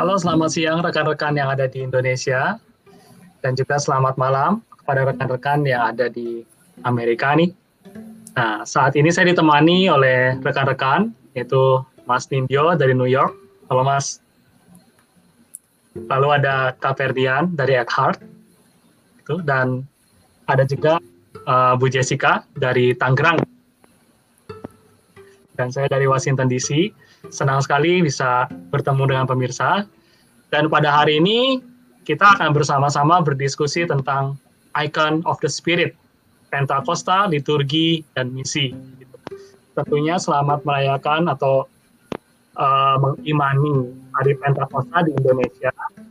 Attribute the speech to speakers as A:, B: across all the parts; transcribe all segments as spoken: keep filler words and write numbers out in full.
A: Halo, selamat siang rekan-rekan yang ada di Indonesia, dan juga selamat malam kepada rekan-rekan yang ada di Amerika nih. Nah, saat ini saya ditemani oleh rekan-rekan, yaitu Mas Nindyo dari New York. Halo Mas. Lalu ada Kak Ferdian dari Eckhart, gitu, dan ada juga uh, Bu Jessica dari Tangerang. Dan saya dari Washington D C. Senang sekali bisa bertemu dengan pemirsa. Dan pada hari ini kita akan bersama-sama berdiskusi tentang Icon of the Spirit, Pentakosta, liturgi, dan misi. Tentunya selamat merayakan atau uh, mengimani Hari Pentakosta di Indonesia.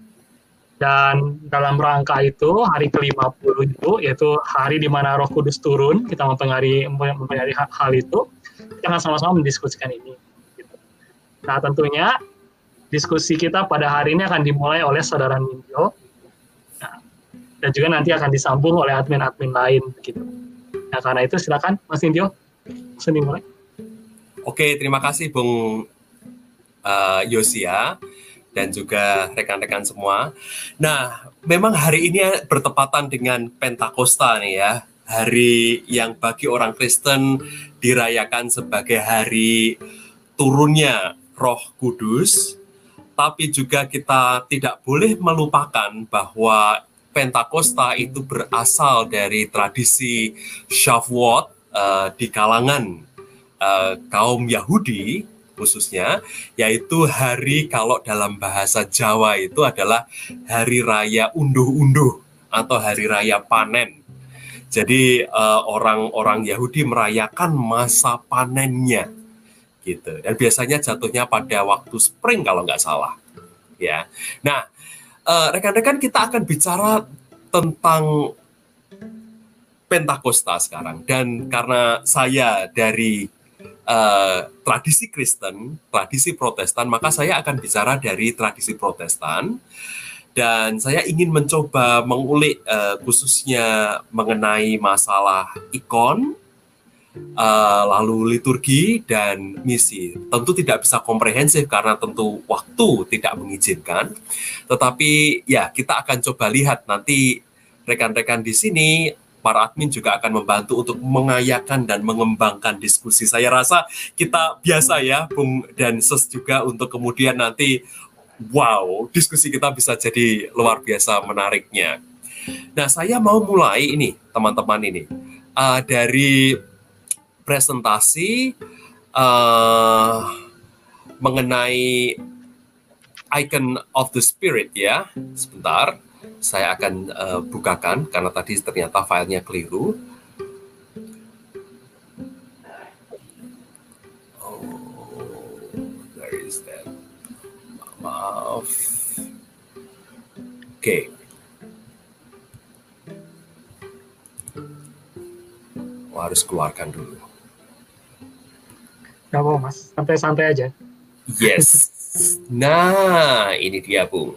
A: Dan dalam rangka itu, hari ke lima puluh itu, yaitu hari di mana Roh Kudus turun, kita mempengaruhi, mempengaruhi hal itu, kita akan sama-sama mendiskusikan ini. Nah, tentunya diskusi kita pada hari ini akan dimulai oleh Saudara Nindyo, nah, dan juga nanti akan disambung oleh admin-admin lain. Gitu. Nah, karena itu silakan Mas Nindyo, langsung dimulai.
B: Oke, terima kasih Bung uh, Yosia dan juga rekan-rekan semua. Nah, memang hari ini bertepatan dengan Pentakosta nih ya, hari yang bagi orang Kristen dirayakan sebagai hari turunnya Roh Kudus, tapi juga kita tidak boleh melupakan bahwa Pentakosta itu berasal dari tradisi Shavuot uh, di kalangan uh, kaum Yahudi khususnya, yaitu hari kalau dalam bahasa Jawa itu adalah hari raya unduh-unduh atau hari raya panen. Jadi uh, orang-orang Yahudi merayakan masa panennya. Gitu. Dan biasanya jatuhnya pada waktu spring kalau nggak salah. Ya. Nah, uh, rekan-rekan kita akan bicara tentang Pentakosta sekarang. Dan karena saya dari uh, tradisi Kristen, tradisi Protestan, maka saya akan bicara dari tradisi Protestan. Dan saya ingin mencoba mengulik uh, khususnya mengenai masalah ikon, Uh, lalu liturgi dan misi. Tentu tidak bisa komprehensif karena tentu waktu tidak mengizinkan. Tetapi ya kita akan coba lihat nanti rekan-rekan di sini, para admin juga akan membantu untuk mengayakan dan mengembangkan diskusi. Saya rasa kita biasa ya, Bung dan Ses juga untuk kemudian nanti wow, diskusi kita bisa jadi luar biasa menariknya. Nah, saya mau mulai ini, teman-teman ini, uh, dari presentasi uh, mengenai Icon of the Spirit ya. Sebentar, saya akan uh, bukakan karena tadi ternyata filenya keliru. Oh, there is that. Maaf. Oke. Okay. Oh, harus keluarkan dulu.
A: Gak mau Mas, santai-santai aja.
B: Yes. Nah, ini dia Bung.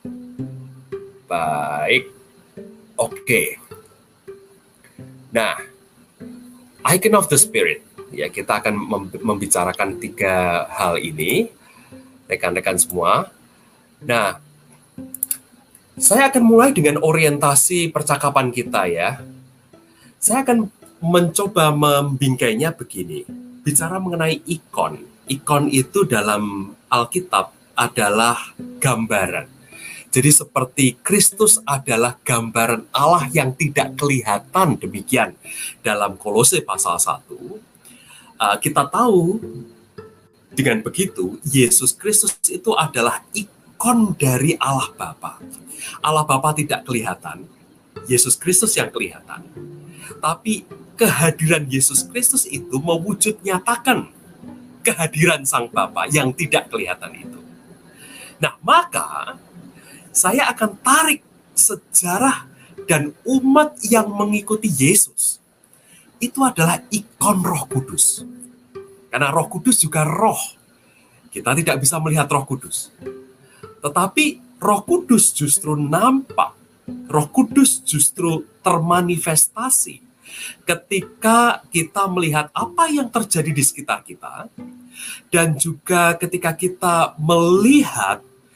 B: Baik. Oke. Nah, Icon of the Spirit. Ya, kita akan membicarakan tiga hal ini, rekan-rekan semua. Nah, saya akan mulai dengan orientasi percakapan kita ya. Saya akan mencoba membingkainya begini. Bicara mengenai ikon. Ikon itu dalam Alkitab adalah gambaran. Jadi seperti Kristus adalah gambaran Allah yang tidak kelihatan, demikian dalam Kolose pasal satu. Uh, kita tahu dengan begitu Yesus Kristus itu adalah ikon dari Allah Bapa. Allah Bapa tidak kelihatan, Yesus Kristus yang kelihatan. Tapi kehadiran Yesus Kristus itu mewujud nyatakan kehadiran Sang Bapa yang tidak kelihatan itu. Nah, maka saya akan tarik sejarah dan umat yang mengikuti Yesus. Itu adalah ikon Roh Kudus. Karena Roh Kudus juga roh. Kita tidak bisa melihat Roh Kudus. Tetapi Roh Kudus justru nampak. Roh Kudus justru termanifestasi ketika kita melihat apa yang terjadi di sekitar kita, dan juga ketika kita melihat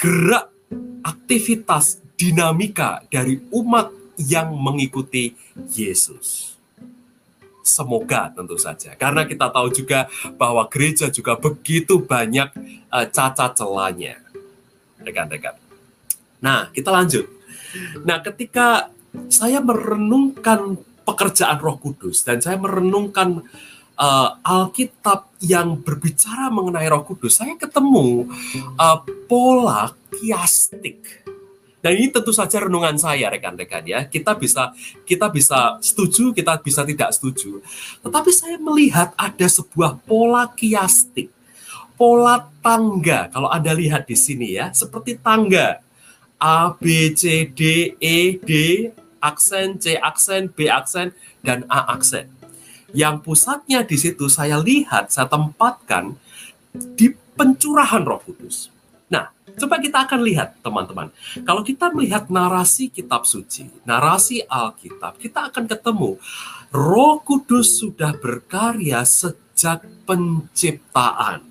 B: gerak, aktivitas, dinamika dari umat yang mengikuti Yesus. Semoga tentu saja, karena kita tahu juga bahwa gereja juga begitu banyak uh, cacat celahnya, rekan-rekan. Nah, kita lanjut. Nah, ketika saya merenungkan pekerjaan Roh Kudus dan saya merenungkan uh, Alkitab yang berbicara mengenai Roh Kudus, saya ketemu uh, pola kiastik. Dan ini tentu saja renungan saya, rekan-rekan ya. Kita bisa kita bisa setuju, kita bisa tidak setuju. Tetapi saya melihat ada sebuah pola kiastik, pola tangga. Kalau Anda lihat di sini ya, seperti tangga A, B, C, D, E, D, aksen, C aksen, B aksen, dan A aksen. Yang pusatnya di situ saya lihat, saya tempatkan di pencurahan Roh Kudus. Nah, coba kita akan lihat, teman-teman. Kalau kita melihat narasi kitab suci, narasi Alkitab, kita akan ketemu Roh Kudus sudah berkarya sejak penciptaan.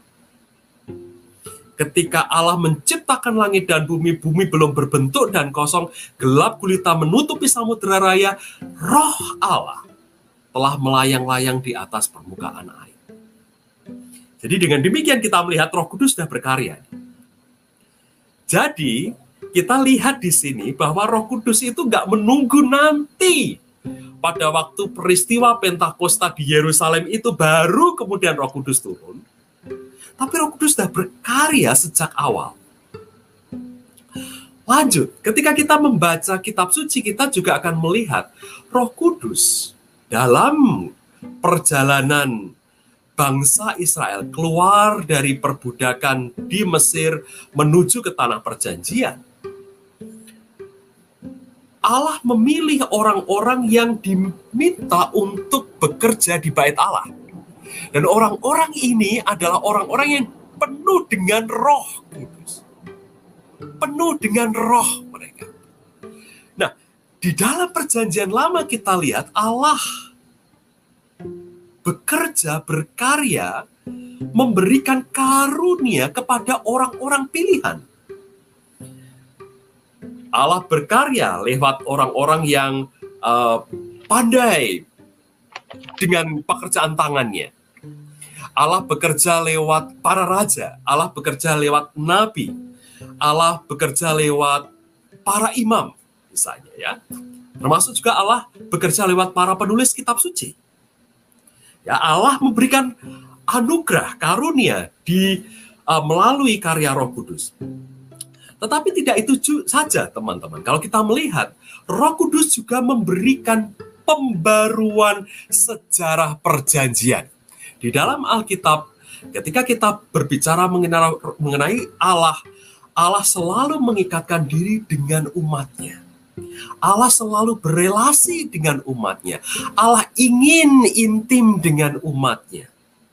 B: Ketika Allah menciptakan langit dan bumi, bumi belum berbentuk dan kosong, gelap gulita menutupi samudera raya, Roh Allah telah melayang-layang di atas permukaan air. Jadi dengan demikian kita melihat Roh Kudus sudah berkarya. Jadi, kita lihat di sini bahwa Roh Kudus itu nggak menunggu nanti. Pada waktu peristiwa Pentakosta di Yerusalem itu baru kemudian Roh Kudus turun. Tapi Roh Kudus sudah berkarya sejak awal. Lanjut, ketika kita membaca kitab suci, kita juga akan melihat Roh Kudus dalam perjalanan bangsa Israel keluar dari perbudakan di Mesir menuju ke tanah perjanjian. Allah memilih orang-orang yang diminta untuk bekerja di bait Allah. Dan orang-orang ini adalah orang-orang yang penuh dengan Roh Kudus. Penuh dengan roh mereka. Nah, di dalam perjanjian lama kita lihat Allah bekerja, berkarya, memberikan karunia kepada orang-orang pilihan. Allah berkarya lewat orang-orang yang uh, pandai dengan pekerjaan tangannya. Allah bekerja lewat para raja, Allah bekerja lewat nabi, Allah bekerja lewat para imam, misalnya ya. Termasuk juga Allah bekerja lewat para penulis kitab suci. Ya, Allah memberikan anugerah, karunia di uh, melalui karya Roh Kudus. Tetapi tidak itu saja, teman-teman. Kalau kita melihat, Roh Kudus juga memberikan pembaruan sejarah perjanjian. Di dalam Alkitab, ketika kita berbicara mengenai, mengenai Allah, Allah selalu mengikatkan diri dengan umatnya. Allah selalu berelasi dengan umatnya. Allah ingin intim dengan umatnya.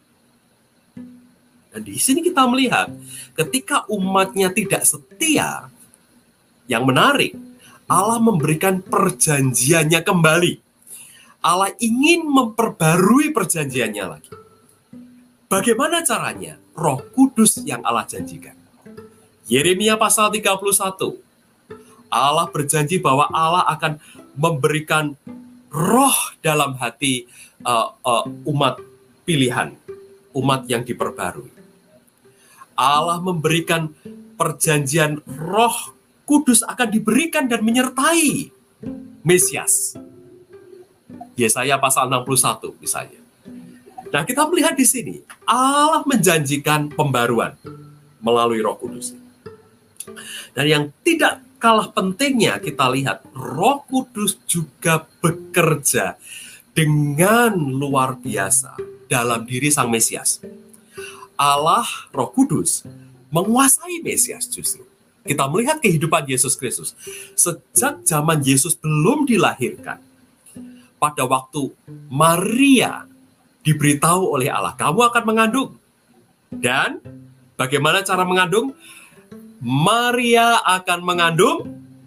B: Dan di sini kita melihat, ketika umatnya tidak setia, yang menarik, Allah memberikan perjanjiannya kembali. Allah ingin memperbarui perjanjiannya lagi. Bagaimana caranya? Roh Kudus yang Allah janjikan. Yeremia pasal tiga puluh satu. Allah berjanji bahwa Allah akan memberikan roh dalam hati uh, uh, umat pilihan, umat yang diperbarui. Allah memberikan perjanjian Roh Kudus akan diberikan dan menyertai Mesias. Yesaya pasal enam puluh satu misalnya. Nah, kita melihat di sini Allah menjanjikan pembaruan melalui Roh Kudus. Dan yang tidak kalah pentingnya kita lihat, Roh Kudus juga bekerja dengan luar biasa dalam diri Sang Mesias. Allah, Roh Kudus, menguasai Mesias justru. Kita melihat kehidupan Yesus Kristus. Sejak zaman Yesus belum dilahirkan, pada waktu Maria diberitahu oleh Allah, kamu akan mengandung. Dan bagaimana cara mengandung? Maria akan mengandung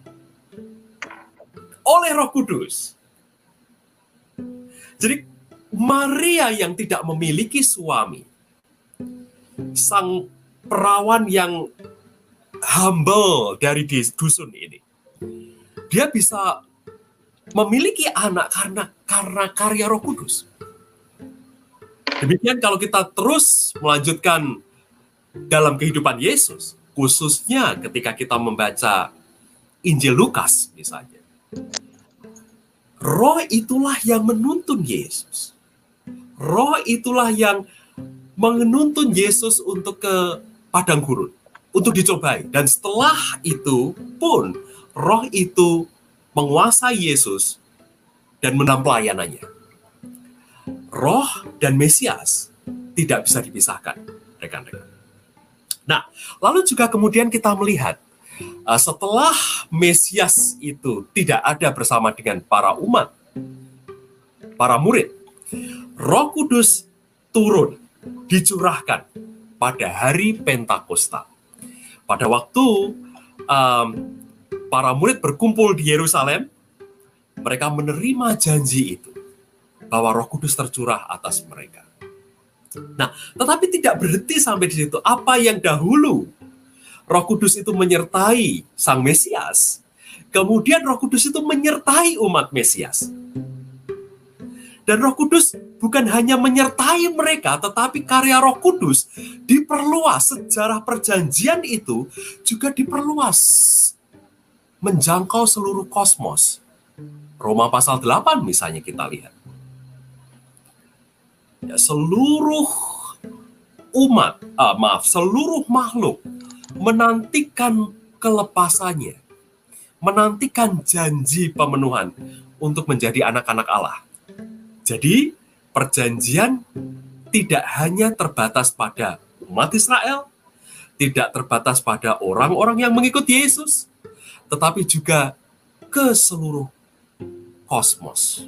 B: oleh Roh Kudus. Jadi Maria yang tidak memiliki suami, sang perawan yang humble dari dusun ini. Dia bisa memiliki anak karena karena karya Roh Kudus. Demikian kalau kita terus melanjutkan dalam kehidupan Yesus, khususnya ketika kita membaca Injil Lukas misalnya. Roh itulah yang menuntun Yesus. Roh itulah yang menuntun Yesus untuk ke padang gurun, untuk dicobai. Dan setelah itu pun, roh itu menguasai Yesus dan mendalam pelayanannya. Roh dan Mesias tidak bisa dipisahkan, rekan-rekan. Nah, lalu juga kemudian kita melihat, uh, setelah Mesias itu tidak ada bersama dengan para umat, para murid, Roh Kudus turun, dicurahkan pada hari Pentakosta. Pada waktu um, para murid berkumpul di Yerusalem, mereka menerima janji itu, bahwa Roh Kudus tercurah atas mereka. Nah, tetapi tidak berhenti sampai di situ. Apa yang dahulu Roh Kudus itu menyertai Sang Mesias, kemudian Roh Kudus itu menyertai umat Mesias. Dan Roh Kudus bukan hanya menyertai mereka, tetapi karya Roh Kudus diperluas. Sejarah perjanjian itu juga diperluas, menjangkau seluruh kosmos. Roma pasal delapan misalnya kita lihat. Ya, seluruh umat, ah, maaf, seluruh makhluk menantikan kelepasannya, menantikan janji pemenuhan untuk menjadi anak-anak Allah. Jadi, perjanjian tidak hanya terbatas pada umat Israel, tidak terbatas pada orang-orang yang mengikuti Yesus, tetapi juga ke seluruh kosmos.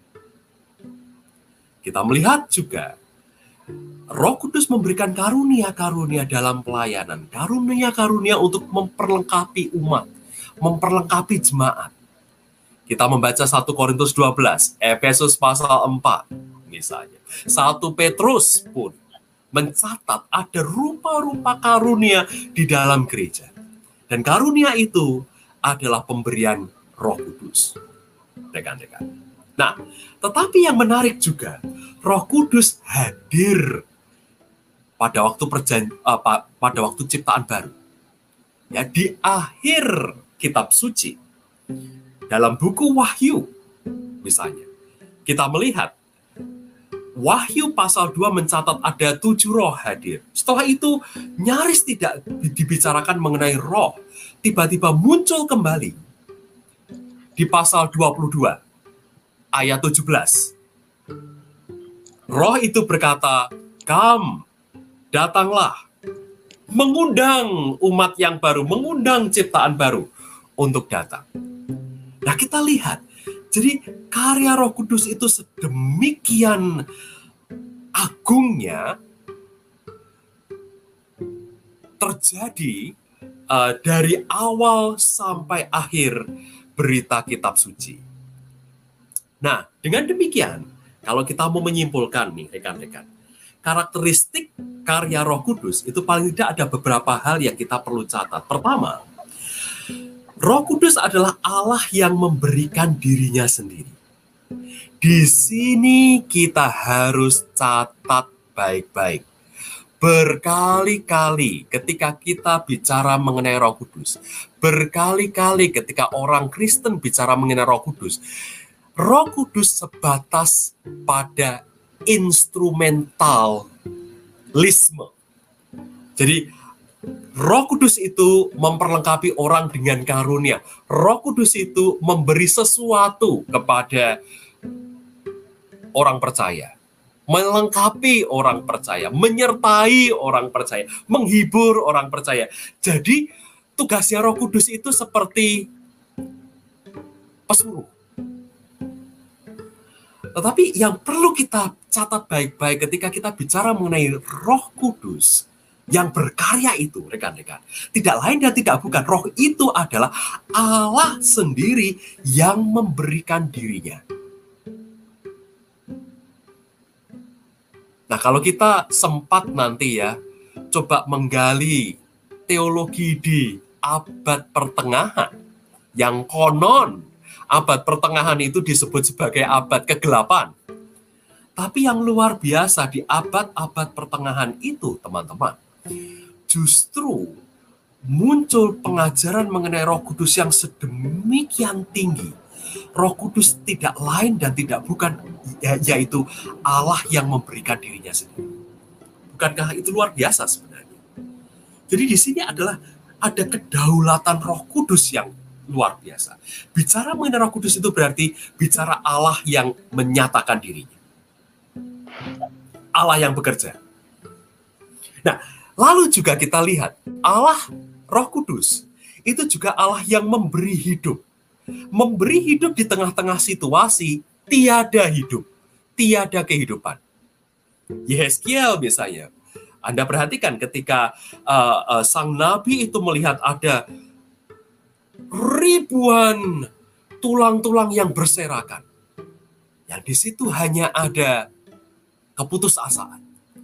B: Kita melihat juga Roh Kudus memberikan karunia-karunia dalam pelayanan, karunia-karunia untuk memperlengkapi umat, memperlengkapi jemaat. Kita membaca satu Korintus dua belas, Efesus pasal empat misalnya. satu Petrus pun mencatat ada rupa-rupa karunia di dalam gereja. Dan karunia itu adalah pemberian Roh Kudus. Rekan-rekan. Nah, tetapi yang menarik juga, Roh Kudus hadir pada waktu perjan, uh, pada waktu ciptaan baru. Ya, di akhir kitab suci. Dalam buku Wahyu, misalnya, kita melihat Wahyu pasal dua mencatat ada tujuh roh hadir. Setelah itu, nyaris tidak dibicarakan mengenai roh. Tiba-tiba muncul kembali di pasal dua puluh dua. Ayat tujuh belas. Roh itu berkata, "Come, datanglah." Mengundang umat yang baru, mengundang ciptaan baru untuk datang. Nah, kita lihat. Jadi, karya Roh Kudus itu sedemikian agungnya terjadi uh, dari awal sampai akhir berita kitab suci. Nah, dengan demikian, kalau kita mau menyimpulkan nih, rekan-rekan, karakteristik karya Roh Kudus itu paling tidak ada beberapa hal yang kita perlu catat. Pertama, Roh Kudus adalah Allah yang memberikan dirinya sendiri. Di sini kita harus catat baik-baik. Berkali-kali ketika kita bicara mengenai Roh Kudus, berkali-kali ketika orang Kristen bicara mengenai Roh Kudus, Roh Kudus sebatas pada instrumentalisme. Jadi, Roh Kudus itu memperlengkapi orang dengan karunia. Roh Kudus itu memberi sesuatu kepada orang percaya. Melengkapi orang percaya, menyertai orang percaya, menghibur orang percaya. Jadi, tugasnya Roh Kudus itu seperti pesuruh. Tetapi yang perlu kita catat baik-baik ketika kita bicara mengenai Roh Kudus yang berkarya itu, rekan-rekan, tidak lain dan tidak bukan, Roh itu adalah Allah sendiri yang memberikan dirinya. Nah, kalau kita sempat nanti ya, coba menggali teologi di abad pertengahan, yang konon abad pertengahan itu disebut sebagai abad kegelapan. Tapi yang luar biasa di abad-abad pertengahan itu, teman-teman, justru muncul pengajaran mengenai Roh Kudus yang sedemikian tinggi. Roh Kudus tidak lain dan tidak bukan, yaitu Allah yang memberikan dirinya sendiri. Bukankah itu luar biasa sebenarnya? Jadi di sini adalah ada kedaulatan Roh Kudus yang luar biasa. Bicara mengenai Roh Kudus itu berarti bicara Allah yang menyatakan dirinya. Allah yang bekerja. Nah, lalu juga kita lihat Allah Roh Kudus itu juga Allah yang memberi hidup. Memberi hidup di tengah-tengah situasi tiada hidup, tiada kehidupan. Yehezkiel misalnya, Anda perhatikan ketika uh, uh, sang nabi itu melihat ada ribuan tulang-tulang yang berserakan. Yang di situ hanya ada keputusasaan.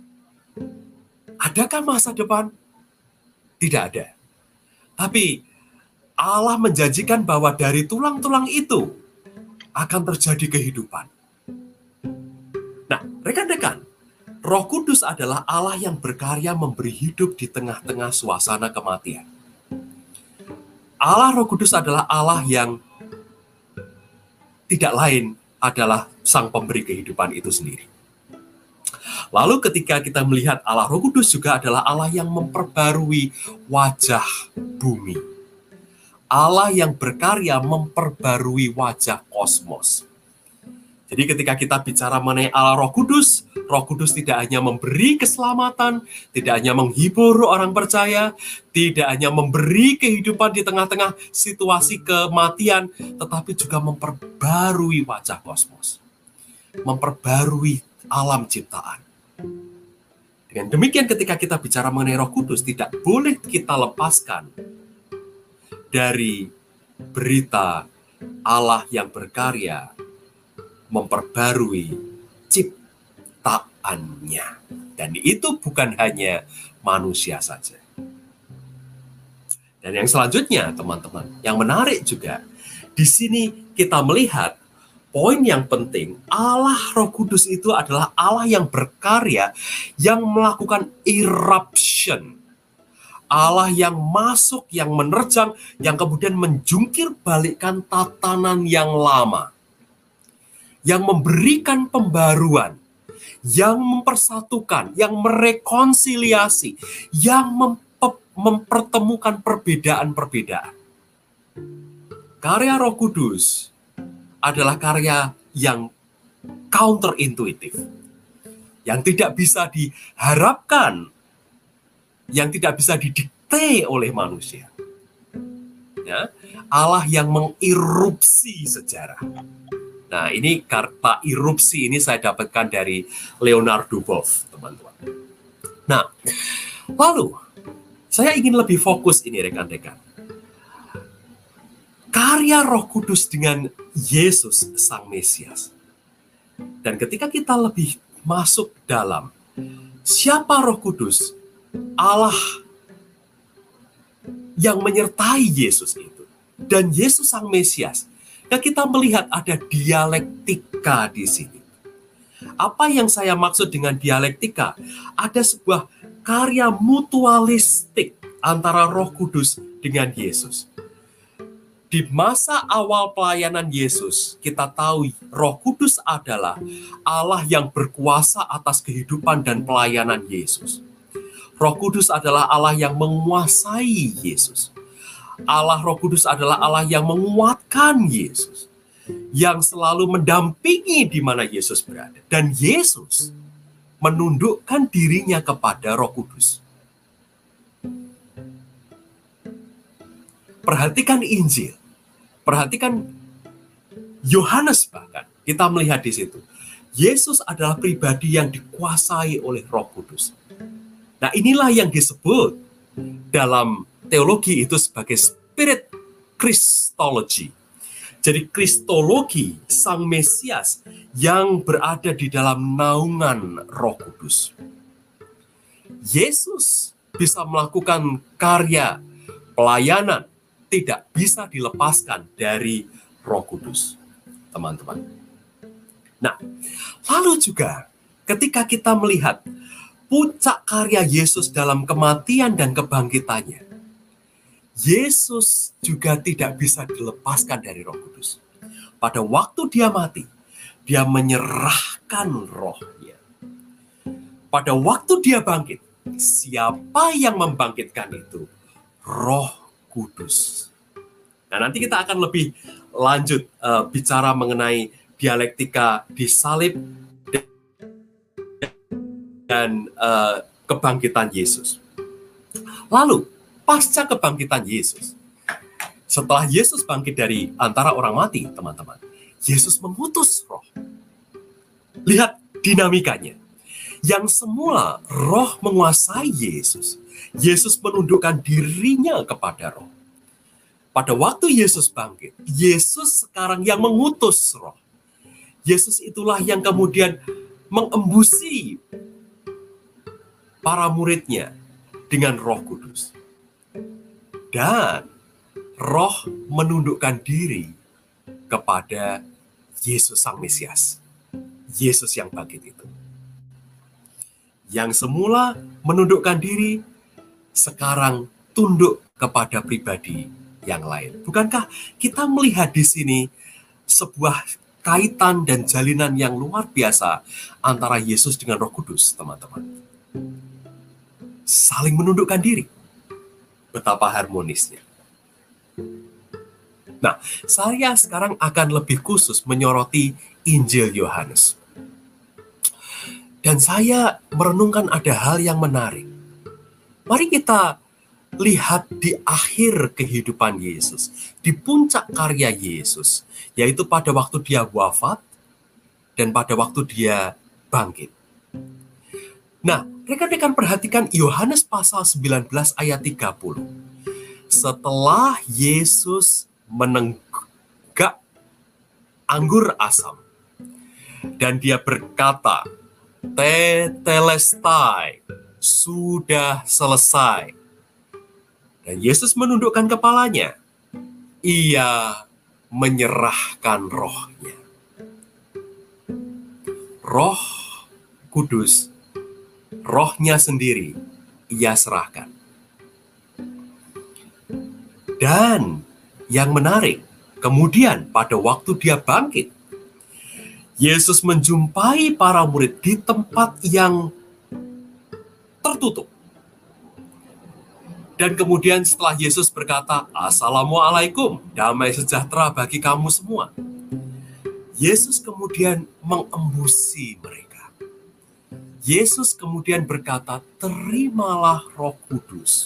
B: Adakah masa depan? Tidak ada. Tapi Allah menjanjikan bahwa dari tulang-tulang itu akan terjadi kehidupan. Nah, rekan-rekan, Roh Kudus adalah Allah yang berkarya memberi hidup di tengah-tengah suasana kematian. Allah Roh Kudus adalah Allah yang tidak lain adalah sang pemberi kehidupan itu sendiri. Lalu ketika kita melihat Allah Roh Kudus juga adalah Allah yang memperbarui wajah bumi. Allah yang berkarya memperbarui wajah kosmos. Jadi ketika kita bicara mengenai Allah Roh Kudus, Roh Kudus tidak hanya memberi keselamatan, tidak hanya menghibur orang percaya, tidak hanya memberi kehidupan di tengah-tengah situasi kematian, tetapi juga memperbarui wajah kosmos. Memperbarui alam ciptaan. Dengan demikian ketika kita bicara mengenai Roh Kudus, tidak boleh kita lepaskan dari berita Allah yang berkarya memperbarui ciptaannya. Dan itu bukan hanya manusia saja. Dan yang selanjutnya, teman-teman, yang menarik juga, di sini kita melihat poin yang penting, Allah Roh Kudus itu adalah Allah yang berkarya, yang melakukan eruption. Allah yang masuk, yang menerjang, yang kemudian menjungkir balikkan tatanan yang lama. Yang memberikan pembaruan, yang mempersatukan, yang merekonsiliasi, yang mempe- mempertemukan perbedaan-perbedaan. Karya Roh Kudus adalah karya yang counterintuitif, yang tidak bisa diharapkan, yang tidak bisa didikte oleh manusia. Ya, Allah yang mengerupsi sejarah. Nah, ini kata erupsi ini saya dapatkan dari Leonard Dubov, teman-teman. Nah, lalu saya ingin lebih fokus ini, rekan-rekan. Karya Roh Kudus dengan Yesus Sang Mesias. Dan ketika kita lebih masuk dalam siapa Roh Kudus, Allah yang menyertai Yesus itu, dan Yesus Sang Mesias, dan kita melihat ada dialektika di sini. Apa yang saya maksud dengan dialektika? Ada sebuah karya mutualistik antara Roh Kudus dengan Yesus. Di masa awal pelayanan Yesus, kita tahu Roh Kudus adalah Allah yang berkuasa atas kehidupan dan pelayanan Yesus. Roh Kudus adalah Allah yang menguasai Yesus. Allah Roh Kudus adalah Allah yang menguatkan Yesus, yang selalu mendampingi di mana Yesus berada. Dan Yesus menundukkan dirinya kepada Roh Kudus. Perhatikan Injil. Perhatikan Yohanes bahkan, kita melihat di situ. Yesus adalah pribadi yang dikuasai oleh Roh Kudus. Nah, inilah yang disebut dalam teologi itu sebagai spirit Christology. Jadi Kristologi Sang Mesias yang berada di dalam naungan Roh Kudus. Yesus bisa melakukan karya pelayanan tidak bisa dilepaskan dari Roh Kudus, teman-teman. Nah, lalu juga ketika kita melihat puncak karya Yesus dalam kematian dan kebangkitannya, Yesus juga tidak bisa dilepaskan dari Roh Kudus. Pada waktu dia mati, dia menyerahkan rohnya. Pada waktu dia bangkit, siapa yang membangkitkan itu? Roh Kudus. Nah, nanti kita akan lebih lanjut uh, bicara mengenai dialektika di salib dan uh, kebangkitan Yesus. Lalu, pasca kebangkitan Yesus, setelah Yesus bangkit dari antara orang mati, teman-teman, Yesus mengutus roh. Lihat dinamikanya. Yang semula roh menguasai Yesus, Yesus menundukkan dirinya kepada roh. Pada waktu Yesus bangkit, Yesus sekarang yang mengutus roh. Yesus itulah yang kemudian mengembusi para muridnya dengan Roh Kudus. Dan roh menundukkan diri kepada Yesus Sang Mesias. Yesus yang bangkit itu. Yang semula menundukkan diri, sekarang tunduk kepada pribadi yang lain. Bukankah kita melihat di sini sebuah kaitan dan jalinan yang luar biasa antara Yesus dengan Roh Kudus, teman-teman? Saling menundukkan diri. Betapa harmonisnya. Nah, saya sekarang akan lebih khusus menyoroti Injil Yohanes. Dan saya merenungkan ada hal yang menarik. Mari kita lihat di akhir kehidupan Yesus, di puncak karya Yesus, yaitu pada waktu dia wafat dan pada waktu dia bangkit. Nah, rekan-rekan perhatikan Yohanes pasal sembilan belas ayat tiga puluh. Setelah Yesus menenggak anggur asam dan dia berkata, "Tetelestai," sudah selesai. Dan Yesus menundukkan kepalanya. Ia menyerahkan rohnya. Roh Kudus, rohnya sendiri, ia serahkan. Dan yang menarik, kemudian pada waktu dia bangkit, Yesus menjumpai para murid di tempat yang tertutup. Dan kemudian setelah Yesus berkata, "Assalamualaikum, damai sejahtera bagi kamu semua." Yesus kemudian mengembusi mereka. Yesus kemudian berkata, "Terimalah Roh Kudus."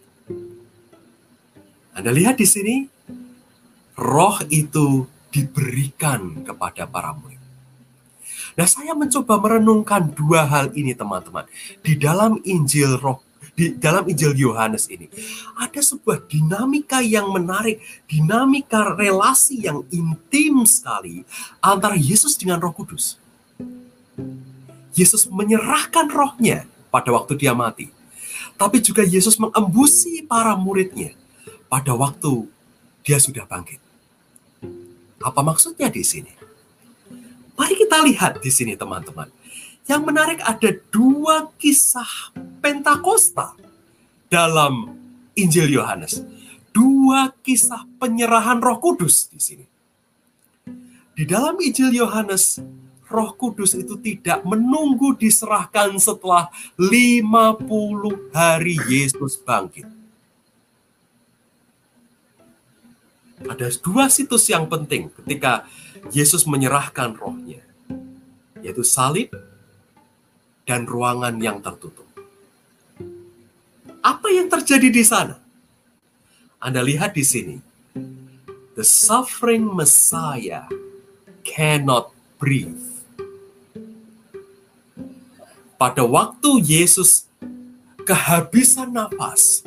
B: Anda lihat di sini, roh itu diberikan kepada para murid. Nah, saya mencoba merenungkan dua hal ini, teman-teman. Di dalam Injil Roh Di dalam Injil Yohanes ini, ada sebuah dinamika yang menarik, dinamika relasi yang intim sekali antara Yesus dengan Roh Kudus. Yesus menyerahkan rohnya pada waktu dia mati. Tapi juga Yesus mengembusi para muridnya pada waktu dia sudah bangkit. Apa maksudnya di sini? Mari kita lihat di sini, teman-teman. Yang menarik ada dua kisah Pentakosta dalam Injil Yohanes. Dua kisah penyerahan Roh Kudus di sini. Di dalam Injil Yohanes, Roh Kudus itu tidak menunggu diserahkan setelah lima puluh hari Yesus bangkit. Ada dua situs yang penting ketika Yesus menyerahkan rohnya, yaitu salib dan ruangan yang tertutup. Apa yang terjadi di sana? Anda lihat di sini. The suffering Messiah cannot breathe. Pada waktu Yesus kehabisan napas,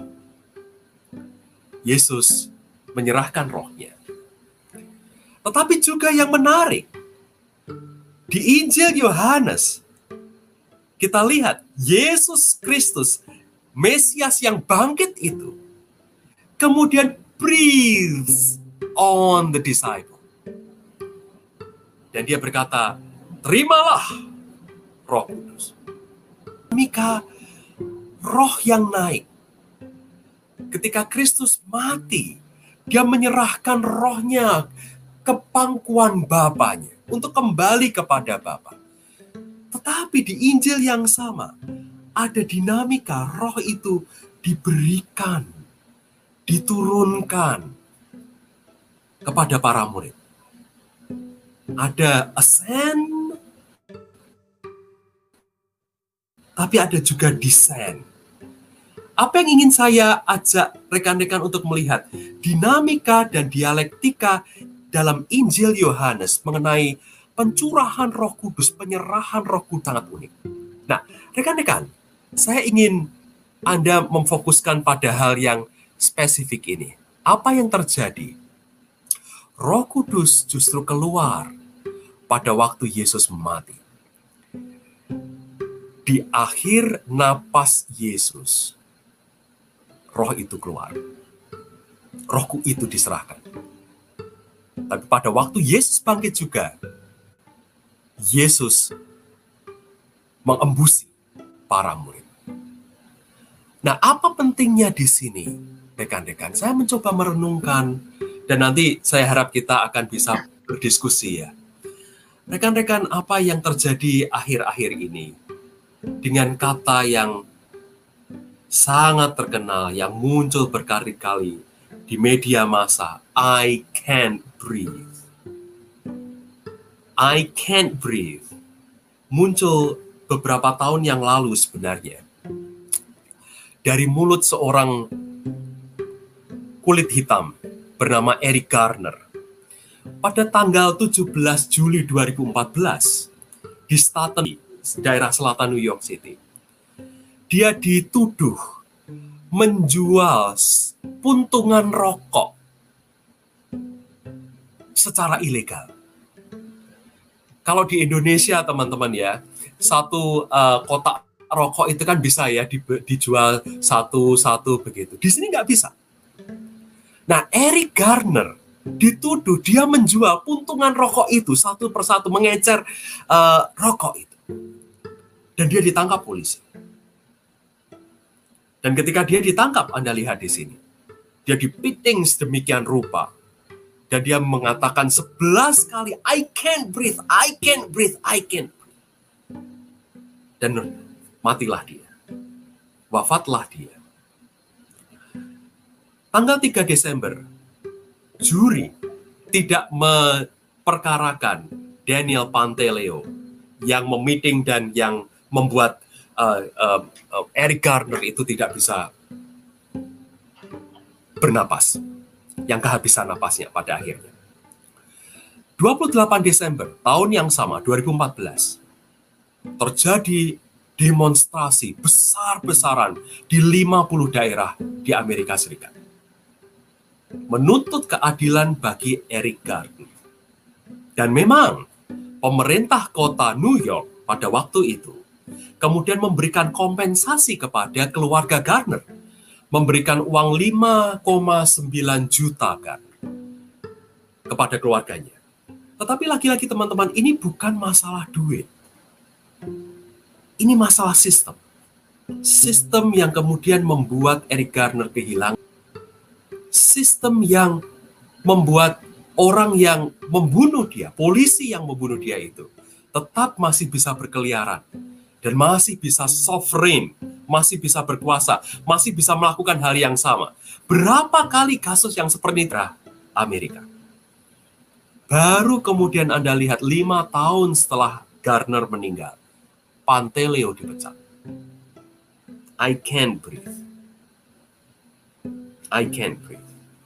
B: Yesus menyerahkan rohnya. Tetapi juga yang menarik, di Injil Yohanes, kita lihat Yesus Kristus, Mesias yang bangkit itu, kemudian breathes on the disciple. Dan dia berkata, terimalah Roh Kudus. Dinamika roh yang naik. Ketika Kristus mati, dia menyerahkan rohnya ke pangkuan Bapanya untuk kembali kepada Bapa. Tetapi di Injil yang sama, ada dinamika roh itu diberikan, diturunkan kepada para murid. Ada ascend, tapi ada juga descend. Apa yang ingin saya ajak rekan-rekan untuk melihat dinamika dan dialektika dalam Injil Yohanes mengenai pencurahan Roh Kudus, penyerahan Roh Kudus sangat unik. Nah, rekan-rekan, saya ingin Anda memfokuskan pada hal yang spesifik ini. Apa yang terjadi? Roh Kudus justru keluar pada waktu Yesus mati. Di akhir napas Yesus, roh itu keluar. Rohku itu diserahkan. Tapi pada waktu Yesus bangkit juga, Yesus mengembusi para murid. Nah, apa pentingnya di sini, rekan-rekan? Saya mencoba merenungkan, dan nanti saya harap kita akan bisa berdiskusi ya. Rekan-rekan, apa yang terjadi akhir-akhir ini dengan kata yang sangat terkenal, yang muncul berkali-kali di media massa, I can't breathe. I can't breathe. Muncul beberapa tahun yang lalu sebenarnya. Dari mulut seorang kulit hitam bernama Eric Garner. Pada tanggal tujuh belas Juli dua ribu empat belas di Staten, daerah selatan New York City. Dia dituduh menjual puntungan rokok secara ilegal. Kalau di Indonesia, teman-teman ya, satu uh, kotak rokok itu kan bisa ya dijual satu-satu begitu. Di sini nggak bisa. Nah, Eric Garner dituduh dia menjual puntungan rokok itu satu persatu, mengecer uh, rokok itu. Dan dia ditangkap polisi. Dan ketika dia ditangkap, Anda lihat di sini, dia dipiting sedemikian rupa. Dan dia mengatakan sebelas kali, I can't breathe, I can't breathe, I can't breathe. Dan matilah dia. Wafatlah dia. Tanggal tiga Desember, juri tidak memperkarakan Daniel Pantaleo yang memiting dan yang membuat uh, uh, uh, Eric Garner itu tidak bisa bernapas, yang kehabisan napasnya pada akhirnya. dua puluh delapan Desember tahun yang sama, dua ribu empat belas, terjadi demonstrasi besar-besaran di lima puluh daerah di Amerika Serikat. Menuntut keadilan bagi Eric Garner. Dan memang pemerintah kota New York pada waktu itu kemudian memberikan kompensasi kepada keluarga Garner, memberikan uang lima koma sembilan juta Garner kepada keluarganya. Tetapi lagi-lagi teman-teman, ini bukan masalah duit. Ini masalah sistem. Sistem yang kemudian membuat Eric Garner kehilangan. Sistem yang membuat orang yang membunuh dia, polisi yang membunuh dia itu, tetap masih bisa berkeliaran. Dan masih bisa sovereign, masih bisa berkuasa, masih bisa melakukan hal yang sama. Berapa kali kasus yang seperti itu Amerika? Baru kemudian Anda lihat lima tahun setelah Garner meninggal, Pantaleo dipecat. I can't breathe. I can't breathe.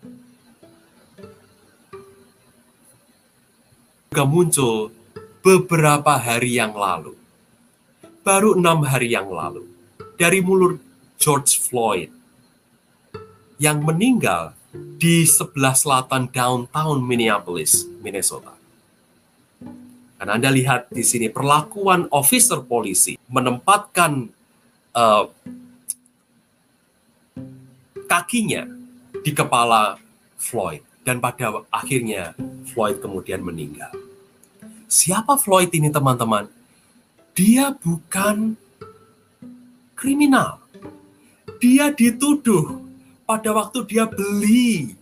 B: Juga muncul beberapa hari yang lalu. Baru enam hari yang lalu. Dari mulut George Floyd yang meninggal di sebelah selatan downtown Minneapolis, Minnesota. Dan Anda lihat di sini perlakuan officer polisi menempatkan uh, kakinya di kepala Floyd. Dan pada akhirnya Floyd kemudian meninggal. Siapa Floyd ini, teman-teman? Dia bukan kriminal. Dia dituduh pada waktu dia beli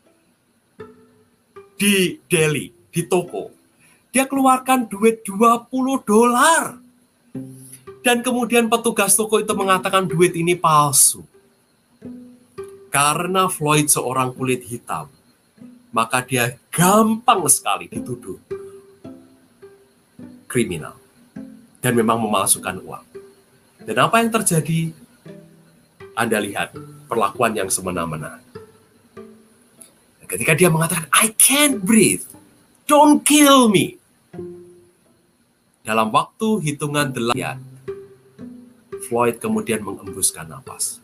B: di deli, di toko. Dia keluarkan duit dua puluh dolar. Dan kemudian petugas toko itu mengatakan duit ini palsu. Karena Floyd seorang kulit hitam, maka dia gampang sekali dituduh kriminal. Dan memang memalsukan uang. Dan apa yang terjadi? Anda lihat perlakuan yang semena-mena. Ketika dia mengatakan, I can't breathe, don't kill me. Dalam waktu hitungan delapan, Floyd kemudian mengembuskan napas.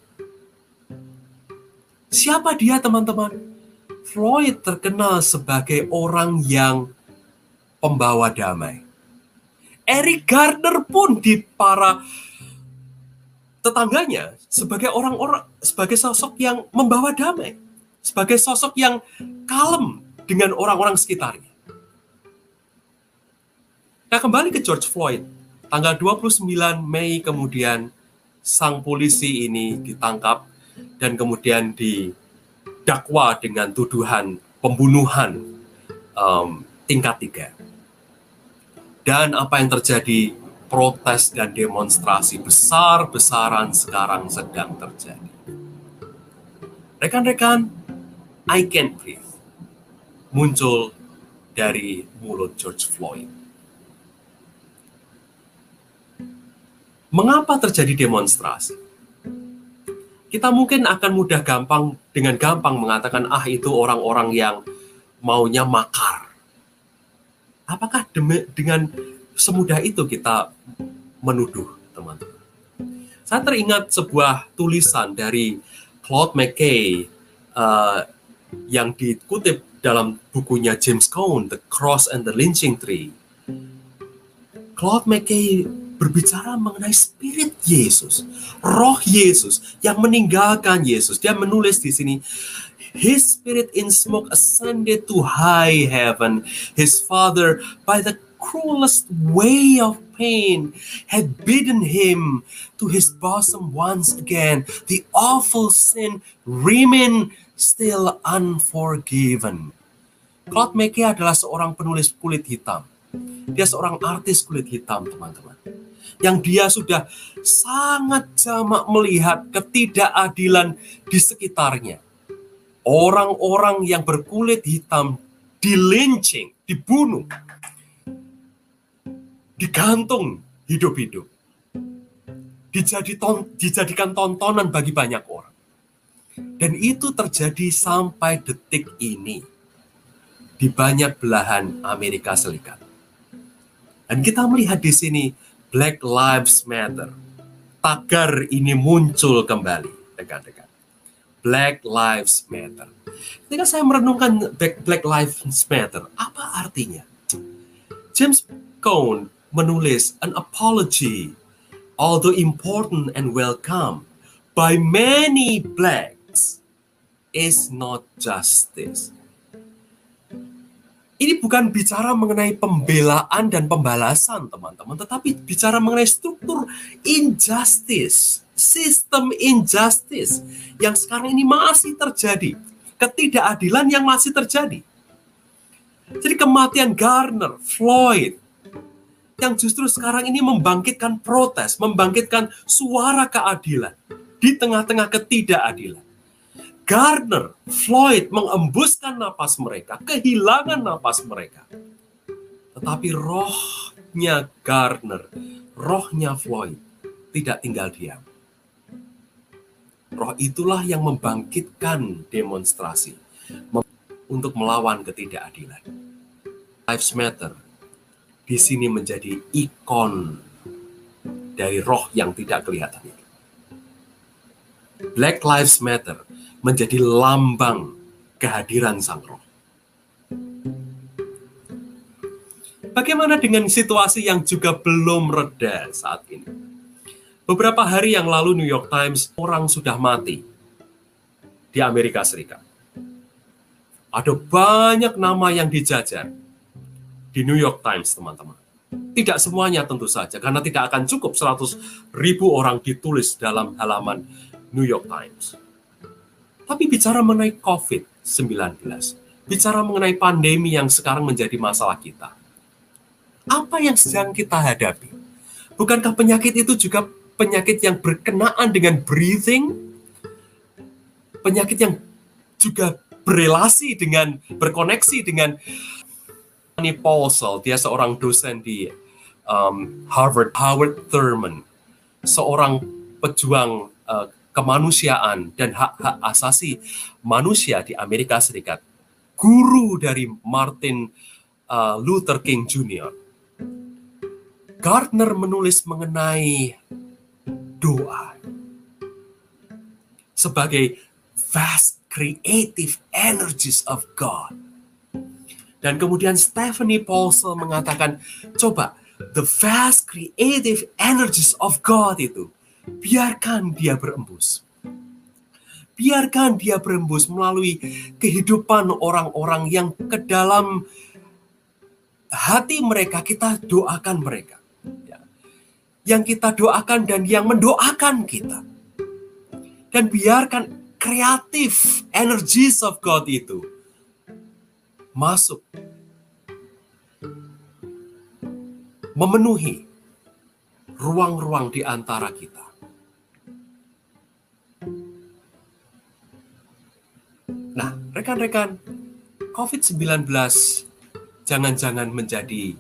B: Siapa dia, teman-teman? Floyd terkenal sebagai orang yang pembawa damai. Eric Garner pun di para tetangganya sebagai orang-orang, sebagai sosok yang membawa damai, sebagai sosok yang kalem dengan orang-orang sekitarnya. Nah, kembali ke George Floyd, tanggal dua puluh sembilan Mei kemudian sang polisi ini ditangkap dan kemudian didakwa dengan tuduhan pembunuhan um, tingkat tiga. Dan apa yang terjadi? Protes dan demonstrasi besar-besaran sekarang sedang terjadi. Rekan-rekan, I can't breathe muncul dari mulut George Floyd. Mengapa terjadi demonstrasi? Kita mungkin akan mudah gampang dengan gampang mengatakan, ah itu orang-orang yang maunya makar. Apakah demi, dengan semudah itu kita menuduh, teman-teman? Saya teringat sebuah tulisan dari Claude McKay uh, yang dikutip dalam bukunya James Cone, The Cross and the Lynching Tree. Claude McKay berbicara mengenai spirit Yesus, roh Yesus yang meninggalkan Yesus. Dia menulis di sini, His spirit in smoke ascended to high heaven. His Father, by the cruelest way of pain, had bidden him to his bosom once again. The awful sin remained still unforgiven. Claude McKay adalah seorang penulis kulit hitam. Dia seorang artis kulit hitam, teman-teman. Yang dia sudah sangat jamak melihat ketidakadilan di sekitarnya. Orang-orang yang berkulit hitam di-lynching, dibunuh, digantung hidup-hidup, dijadikan tontonan bagi banyak orang. Dan itu terjadi sampai detik ini di banyak belahan Amerika Serikat. Dan kita melihat di sini Black Lives Matter. Tagar ini muncul kembali, rekan-rekan. Black Lives Matter. Ketika saya merenungkan Black Lives Matter, apa artinya? James Cone menulis, an apology, although important and welcome by many blacks, is not justice. Ini bukan bicara mengenai pembelaan dan pembalasan, teman-teman, tetapi bicara mengenai struktur injustice, sistem injustice yang sekarang ini masih terjadi, ketidakadilan yang masih terjadi. Jadi kematian Garner, Floyd, yang justru sekarang ini membangkitkan protes, membangkitkan suara keadilan di tengah-tengah ketidakadilan. Garner, Floyd mengembuskan napas mereka, kehilangan napas mereka. Tetapi rohnya Garner, rohnya Floyd tidak tinggal diam. Roh itulah yang membangkitkan demonstrasi untuk melawan ketidakadilan. Lives Matter di sini menjadi ikon dari roh yang tidak kelihatan itu. Black Lives Matter menjadi lambang kehadiran sang roh. Bagaimana dengan situasi yang juga belum reda saat ini? Beberapa hari yang lalu New York Times, orang sudah mati di Amerika Serikat. Ada banyak nama yang dijajar di New York Times, teman-teman. Tidak semuanya tentu saja, karena tidak akan cukup seratus ribu orang ditulis dalam halaman New York Times. Tapi bicara mengenai covid sembilan belas, bicara mengenai pandemi yang sekarang menjadi masalah kita, apa yang sedang kita hadapi? Bukankah penyakit itu juga penyakit yang berkenaan dengan breathing? Penyakit yang juga berelasi dengan, berkoneksi dengan Stephanie Paulsell, dia seorang dosen di um, Harvard, Howard Thurman, seorang pejuang uh, kemanusiaan dan hak-hak asasi manusia di Amerika Serikat, guru dari Martin uh, Luther King Junior Gardner menulis mengenai doa sebagai vast creative energies of God. Dan kemudian Stephanie Paulsell mengatakan, coba, the vast creative energies of God itu, biarkan dia berembus. Biarkan dia berembus melalui kehidupan orang-orang yang ke dalam hati mereka, kita doakan mereka. Yang kita doakan dan yang mendoakan kita. Dan biarkan creative energies of God itu masuk, memenuhi ruang-ruang di antara kita. Nah, rekan-rekan, covid sembilan belas jangan-jangan menjadi...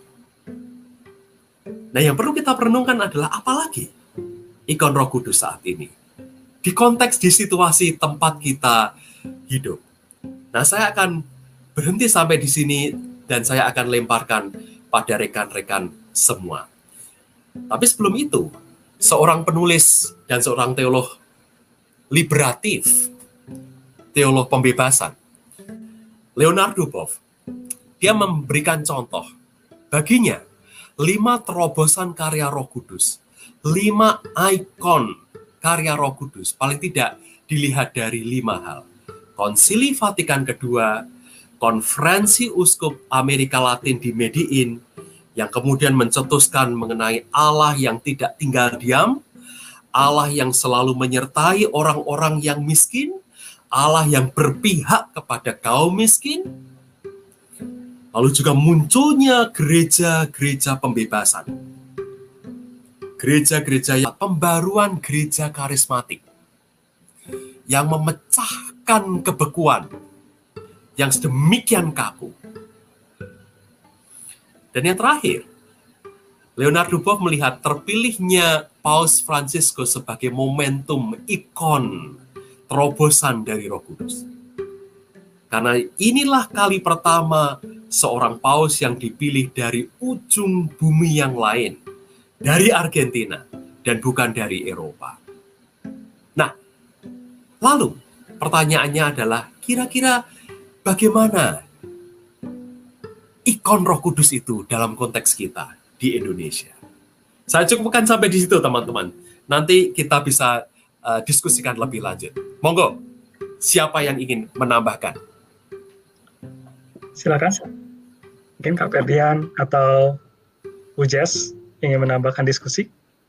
B: Nah, yang perlu kita perenungkan adalah apalagi ikon Roh Kudus saat ini. Di konteks, di situasi tempat kita hidup. Nah, saya akan berhenti sampai di sini dan saya akan lemparkan pada rekan-rekan semua. Tapi sebelum itu, seorang penulis dan seorang teolog liberatif, teolog pembebasan, Leonard Dubov, dia memberikan contoh. Baginya, lima terobosan karya Roh Kudus, lima ikon karya Roh Kudus, paling tidak dilihat dari lima hal. Konsili Vatikan kedua, Konferensi Uskup Amerika Latin di Medellin, yang kemudian mencetuskan mengenai Allah yang tidak tinggal diam, Allah yang selalu menyertai orang-orang yang miskin, Allah yang berpihak kepada kaum miskin, lalu juga munculnya gereja-gereja pembebasan, gereja-gereja yang pembaruan gereja karismatik, yang memecahkan kebekuan, yang sedemikian kaku. Dan yang terakhir, Leonard Dubov melihat terpilihnya Paus Fransiskus sebagai momentum ikon terobosan dari Roh Kudus. Karena inilah kali pertama seorang paus yang dipilih dari ujung bumi yang lain, dari Argentina, dan bukan dari Eropa. Nah, lalu pertanyaannya adalah, kira-kira bagaimana ikon Roh Kudus itu dalam konteks kita di Indonesia? Saya cukupkan sampai di situ, teman-teman. Nanti kita bisa uh, diskusikan lebih lanjut. Monggo, siapa yang ingin menambahkan?
A: Silakan. Mungkin Kak Ferdian atau Bu Jess ingin menambahkan diskusi?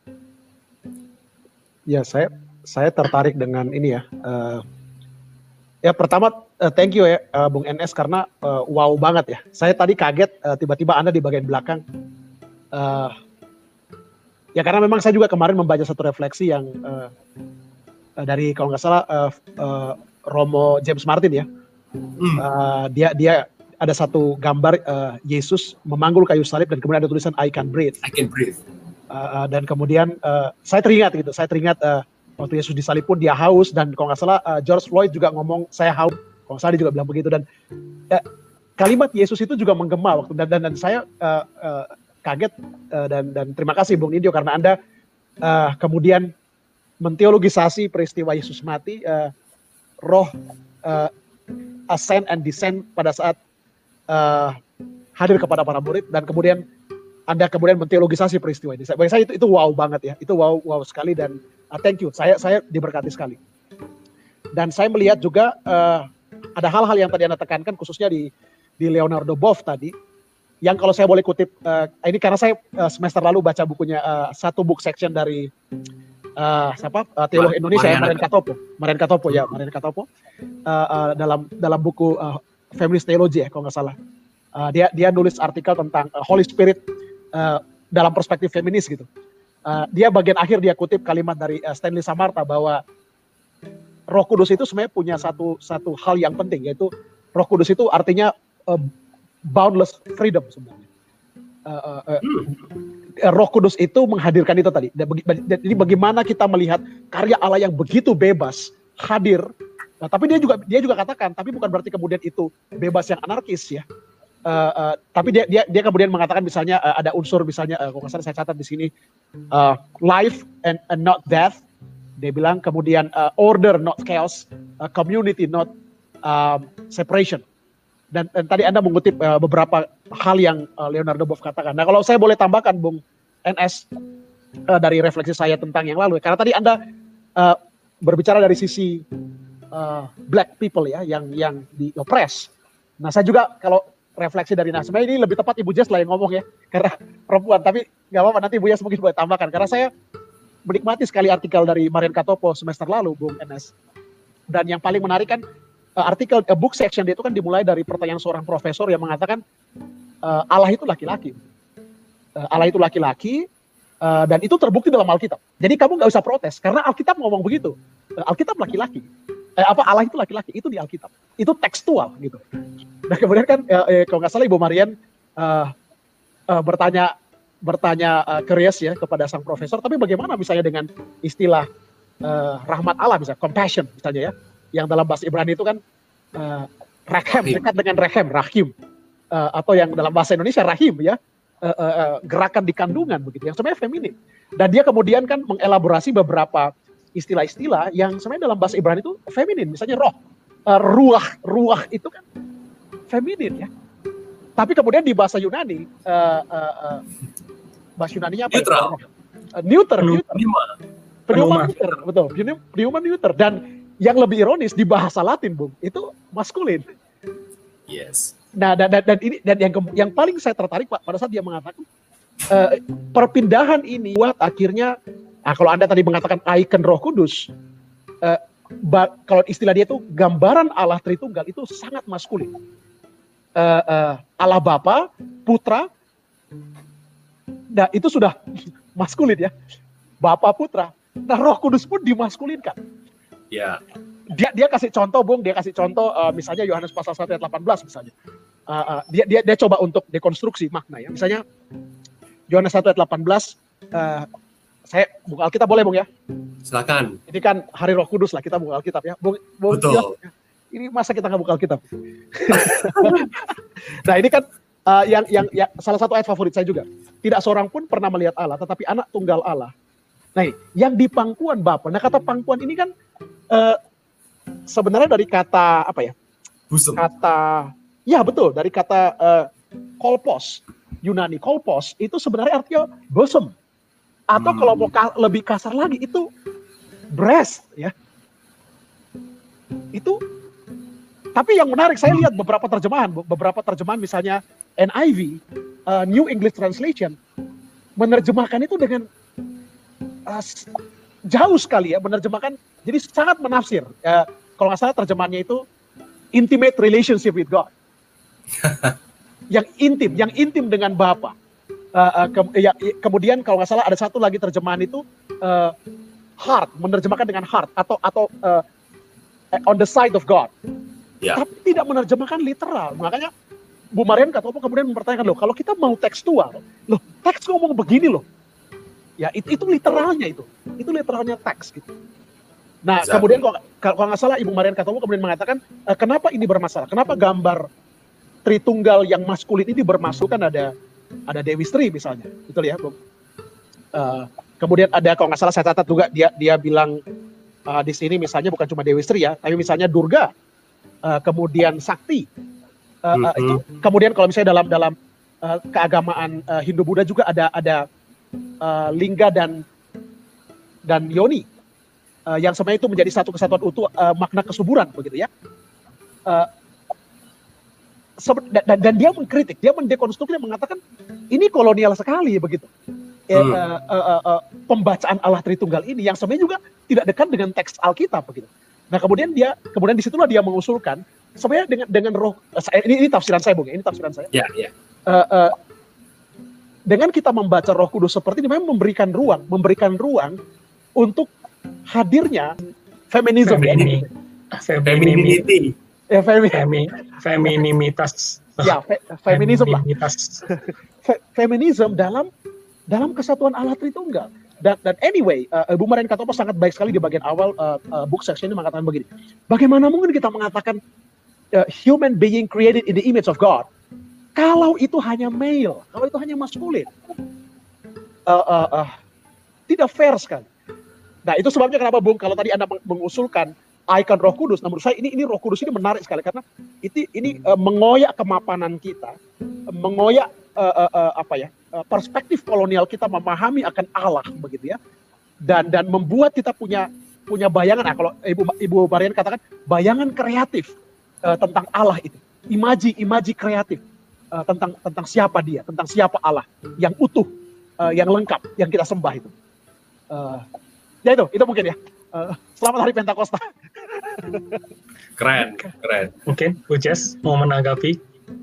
C: Ya, saya saya tertarik dengan ini ya. Uh, ya pertama uh, thank you ya uh, Bung N S karena uh, wow banget ya. Saya tadi kaget uh, tiba-tiba Anda di bagian belakang. Uh, ya karena memang saya juga kemarin membaca satu refleksi yang uh, uh, dari kalau nggak salah uh, uh, Romo James Martin ya. Uh, dia dia ada satu gambar uh, Yesus memanggul kayu salib dan kemudian ada tulisan I can breathe.
B: I can breathe.
C: Uh, uh, dan kemudian uh, saya teringat gitu, saya teringat uh, waktu Yesus disalib pun dia haus dan kalau nggak salah uh, George Floyd juga ngomong saya haus, kalau nggak salah dia juga bilang begitu dan uh, kalimat Yesus itu juga menggema waktu dan dan, dan saya uh, uh, kaget uh, dan dan terima kasih Bung Nindyo karena Anda uh, kemudian menteologisasi peristiwa Yesus mati, uh, roh uh, ascend and descend pada saat Uh, hadir kepada para murid dan kemudian Anda kemudian menteologisasi peristiwa ini. Bagi saya itu, itu wow banget ya, itu wow wow sekali dan uh, thank you. Saya saya diberkati sekali. Dan saya melihat juga uh, ada hal-hal yang tadi Anda tekankan khususnya di di Leonardo Boff tadi, yang kalau saya boleh kutip, uh, ini karena saya uh, semester lalu baca bukunya, uh, satu book section dari uh, siapa uh, teolog Indonesia, ya, Marian Katopo, Marian Katopo ya, Marian Katopo, uh, uh, dalam dalam buku uh, Feminist Theology ya kalau nggak salah, uh, dia dia nulis artikel tentang uh, Holy Spirit uh, dalam perspektif feminis gitu. Uh, dia bagian akhir dia kutip kalimat dari uh, Stanley Samarta bahwa Roh Kudus itu sebenarnya punya satu satu hal yang penting, yaitu Roh Kudus itu artinya uh, boundless freedom sebenarnya. Uh, uh, uh, uh, Roh Kudus itu menghadirkan itu tadi. Jadi bagaimana kita melihat karya Allah yang begitu bebas hadir. Nah, tapi dia juga dia juga katakan, tapi bukan berarti kemudian itu bebas yang anarkis ya. Uh, uh, tapi dia dia dia kemudian mengatakan misalnya uh, ada unsur misalnya uh, kalau nggak salah saya catat di sini uh, life and, and not death. Dia bilang kemudian uh, order not chaos, uh, community not uh, separation. Dan, dan tadi Anda mengutip uh, beberapa hal yang uh, Leonardo Boff katakan. Nah kalau saya boleh tambahkan Bung N S uh, dari refleksi saya tentang yang lalu, karena tadi Anda uh, berbicara dari sisi uh, black people ya, yang yang di oppress. Nah saya juga kalau refleksi dari Nasma ini lebih tepat Ibu Jess lah yang ngomong ya, karena perempuan. Tapi nggak apa-apa, nanti Ibu Jess mungkin boleh tambahkan, karena saya menikmati sekali artikel dari Marian Katopo semester lalu, Bung N S. Dan yang paling menarik kan uh, artikel uh, book section dia itu kan dimulai dari pertanyaan seorang profesor yang mengatakan uh, Allah itu laki-laki. Uh, Allah itu laki-laki uh, dan itu terbukti dalam Alkitab. Jadi kamu nggak usah protes karena Alkitab ngomong begitu. Uh, Alkitab laki-laki. Eh, apa Allah itu laki-laki? Itu di Alkitab. Itu tekstual gitu. Dan kemudian kan uh, eh, kalau nggak salah Ibu Marian uh, uh, bertanya bertanya uh, curious ya kepada sang profesor, tapi bagaimana misalnya dengan istilah uh, rahmat Allah, misalnya compassion misalnya ya, yang dalam bahasa Ibrani itu kan uh, rechem, dekat dengan rechem, rahim, uh, atau yang dalam bahasa Indonesia rahim ya, uh, uh, uh, gerakan di kandungan begitu, yang sebenarnya feminin. Dan dia kemudian kan mengelaborasi beberapa istilah-istilah yang sebenarnya dalam bahasa Ibrani itu feminin, misalnya roh, uh, ruah, ruah itu kan feminin ya. Tapi kemudian di bahasa Yunani, uh, uh, uh, bahasa Yunaninya apa?
B: Neutral.
C: Ya? Uh, neuter, neuter.
B: Pneuma.
C: Pneuma neuter, betul. Pneuma neuter. Dan yang lebih ironis di bahasa Latin, Bung, itu maskulin.
B: Yes.
C: Nah, dan, dan, dan ini dan yang yang paling saya tertarik Pak pada saat dia mengatakan uh, perpindahan ini buat akhirnya, nah, kalau Anda tadi mengatakan ikon Roh Kudus, uh, ba, kalau istilah dia itu gambaran Allah Tritunggal itu sangat maskulin. Uh, uh, Allah Bapa, Putra, nah itu sudah maskulin ya, Bapa Putra. Nah Roh Kudus pun dimaskulinkan.
B: Ya.
C: Dia dia kasih contoh, Bung, dia kasih contoh uh, misalnya Yohanes pasal satu ayat delapan belas misalnya. Uh, uh, dia dia dia coba untuk dekonstruksi makna ya. Misalnya Yohanes satu ayat delapan belas, uh, saya buka Alkitab boleh Bung ya?
B: Silakan.
C: Ini kan hari Roh Kudus lah, kita buka Alkitab ya. Bung, Bung,
B: Betul.
C: Ya, ini masa kita nggak buka Alkitab? Nah ini kan uh, yang, yang yang salah satu ayat favorit saya juga. Tidak seorang pun pernah melihat Allah, tetapi anak tunggal Allah. Nah yang di pangkuan Bapa. Nah kata pangkuan ini kan uh, sebenarnya dari kata apa ya?
B: Busem.
C: Kata, ya betul, dari kata uh, kolpos, Yunani kolpos itu sebenarnya artinya bosom. Atau hmm. kalau mau ka- lebih kasar lagi itu breast ya. Itu. Tapi yang menarik, saya lihat beberapa terjemahan, beberapa terjemahan misalnya N I V, uh, New English Translation, menerjemahkan itu dengan uh, jauh sekali ya, menerjemahkan, jadi sangat menafsir. Uh, kalau nggak salah terjemahannya itu intimate relationship with God, yang intim, yang intim dengan Bapa. Uh, uh, ke, ya, kemudian kalau nggak salah ada satu lagi terjemahan itu uh, heart, menerjemahkan dengan heart atau atau uh, on the side of God. Ya. Tapi tidak menerjemahkan literal. Makanya Bu Marian Katopo kemudian mempertanyakan, loh kalau kita mau tekstual, loh teks ngomong begini loh. Ya itu, itu literalnya itu. Itu literalnya teks gitu. Nah exactly. Kemudian kalau, kalau nggak salah Ibu Marian Katopo kemudian mengatakan, e, kenapa ini bermasalah? Kenapa gambar Tritunggal yang maskulin ini bermasalah? Kan ada ada Dewi Sri misalnya. Betul ya, Bung? Uh, kemudian ada kalau nggak salah saya catat juga dia dia bilang uh, di sini misalnya bukan cuma Dewi Sri ya, tapi misalnya Durga. Uh, kemudian Sakti, uh, uh, mm-hmm. itu kemudian kalau misalnya dalam dalam uh, keagamaan uh, Hindu Buddha juga ada ada uh, lingga dan dan yoni uh, yang sebenarnya itu menjadi satu kesatuan utuh uh, makna kesuburan begitu ya. uh, dan, dan dia mengkritik, dia mendekonstruksi, mengatakan ini kolonial sekali begitu. Hmm. Uh, uh, uh, uh, pembacaan Allah Tritunggal ini yang sebenarnya juga tidak dekat dengan teks Alkitab begitu. Nah kemudian dia, kemudian disitulah dia mengusulkan sebenarnya dengan dengan roh ini, ini tafsiran saya Bung, ini tafsiran saya.
B: Ya, ya.
C: Uh, uh, dengan kita membaca Roh Kudus seperti ini memang memberikan ruang, memberikan ruang untuk hadirnya feminisme.
A: Femini.
B: Femininity.
C: Ya, femi,
A: Femi, feminimitas.
C: Ya, fe, feminisme lah. Fe, feminisme dalam dalam kesatuan Allah Tritunggal. Dan, dan anyway, uh, Bu Marian Katopo sangat baik sekali di bagian awal uh, uh, book section ini mengatakan begini. Bagaimana mungkin kita mengatakan uh, human being created in the image of God kalau itu hanya male, kalau itu hanya maskulin? Uh, uh, uh, tidak fair sekali. Nah itu sebabnya kenapa Bung, kalau tadi Anda mengusulkan ikon Roh Kudus, nah menurut saya ini ini Roh Kudus ini menarik sekali karena itu ini uh, mengoyak kemapanan kita, uh, mengoyak uh, uh, uh, apa ya uh, perspektif kolonial kita memahami akan Allah begitu ya, dan dan membuat kita punya punya bayangan. Nah, kalau Ibu Ibu Marian katakan bayangan kreatif uh, tentang Allah itu, imaji imaji kreatif uh, tentang tentang siapa Dia, tentang siapa Allah yang utuh, uh, yang lengkap, yang kita sembah itu. Uh, ya itu itu mungkin ya. Uh, selamat hari Pentakosta.
B: Keren, keren.
A: Mungkin Bu Jess mau menanggapi?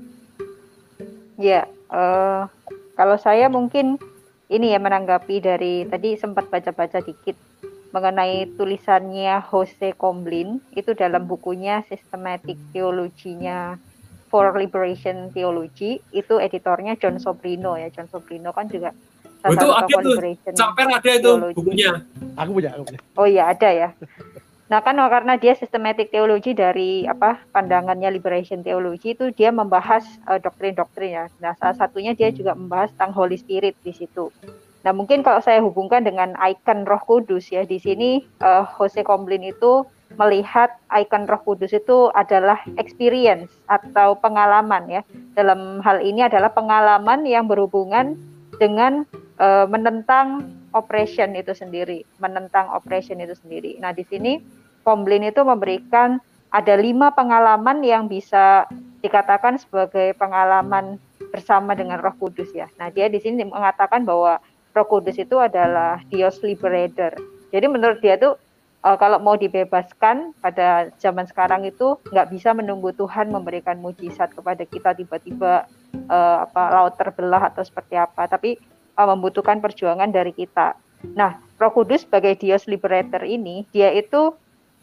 D: Ya, uh, kalau saya mungkin ini ya menanggapi dari tadi sempat baca-baca dikit mengenai tulisannya Jose Comblin itu dalam bukunya Systematic Theology-nya For Liberation Theology, itu editornya John Sobrino ya. John Sobrino kan juga
B: Oh, itu ada tuh, sampai ada itu teologi. Bukunya.
C: Aku punya, aku punya.
D: Oh iya ada ya. Nah kan karena dia systematic theology dari apa pandangannya liberation theology itu dia membahas uh, doktrin-doktrin ya. Nah salah satunya dia juga membahas tentang Holy Spirit di situ. Nah mungkin kalau saya hubungkan dengan ikon Roh Kudus ya di sini uh, Jose Comblin itu melihat ikon Roh Kudus itu adalah experience atau pengalaman ya. Dalam hal ini adalah pengalaman yang berhubungan dengan Uh, menentang oppression itu sendiri, menentang oppression itu sendiri. Nah di sini Comblin itu memberikan ada lima pengalaman yang bisa dikatakan sebagai pengalaman bersama dengan Roh Kudus ya. Nah dia di sini mengatakan bahwa Roh Kudus itu adalah Dios Liberator. Jadi menurut dia tuh uh, kalau mau dibebaskan pada zaman sekarang itu nggak bisa menunggu Tuhan memberikan mujizat kepada kita tiba-tiba uh, apa laut terbelah atau seperti apa, tapi membutuhkan perjuangan dari kita. Nah, Roh Kudus sebagai Dios Liberator ini, dia itu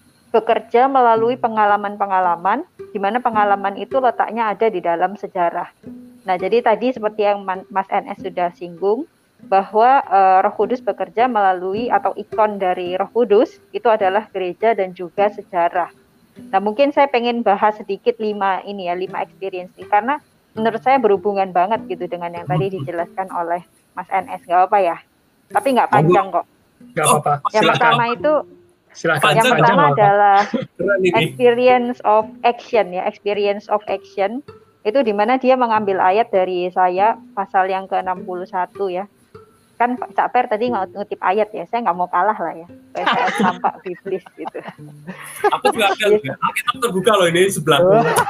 D: bekerja melalui pengalaman-pengalaman, di mana pengalaman itu letaknya ada di dalam sejarah. Nah, jadi tadi seperti yang Mas N S sudah singgung, bahwa uh, Roh Kudus bekerja melalui atau ikon dari Roh Kudus itu adalah gereja dan juga sejarah. Nah, mungkin saya pengen bahas sedikit lima ini ya, lima experience ini, karena menurut saya berhubungan banget gitu dengan yang tadi dijelaskan oleh Mas N S, nggak apa ya, tapi nggak panjang kok.
A: Nggak apa-apa.
D: Yang
A: Silakan.
D: pertama itu,
A: Silakan.
D: yang pertama
A: panjang,
D: adalah experience of action ya, experience of action itu di mana dia mengambil ayat dari saya pasal yang ke enam puluh satu ya. Kan Cak Per tadi ngutip ayat ya, saya nggak mau kalah lah ya, saya tampak biblis gitu.
B: Aku juga ada, kita terbuka loh ini sebelah.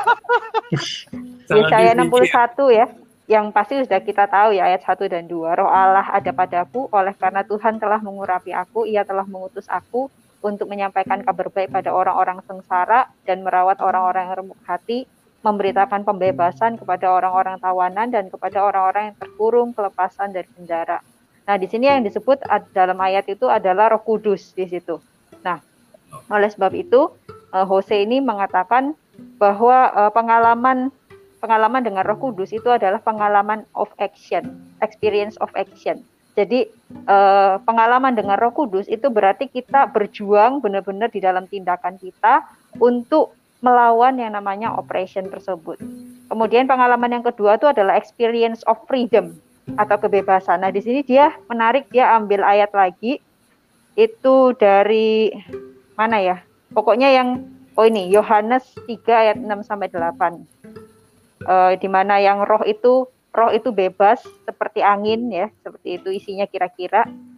D: Yesaya enam puluh satu ya. Yang pasti sudah kita tahu ya ayat satu dan dua. Roh Allah ada padaku, oleh karena Tuhan telah mengurapi aku, Ia telah mengutus aku untuk menyampaikan kabar baik pada orang-orang sengsara dan merawat orang-orang yang remuk hati, memberitakan pembebasan kepada orang-orang tawanan dan kepada orang-orang yang terkurung kelepasan dari penjara. Nah, di sini yang disebut dalam ayat itu adalah Roh Kudus di situ. Nah, oleh sebab itu Jose ini mengatakan bahwa pengalaman Pengalaman dengan Roh Kudus itu adalah pengalaman of action, experience of action. Jadi eh, pengalaman dengan Roh Kudus itu berarti kita berjuang benar-benar di dalam tindakan kita untuk melawan yang namanya oppression tersebut. Kemudian pengalaman yang kedua itu adalah experience of freedom atau kebebasan. Nah di sini dia menarik, dia ambil ayat lagi itu dari mana ya? Pokoknya yang oh ini Yohanes tiga ayat enam sampai delapan. Uh, di mana yang roh itu roh itu bebas seperti angin ya, seperti itu isinya kira-kira.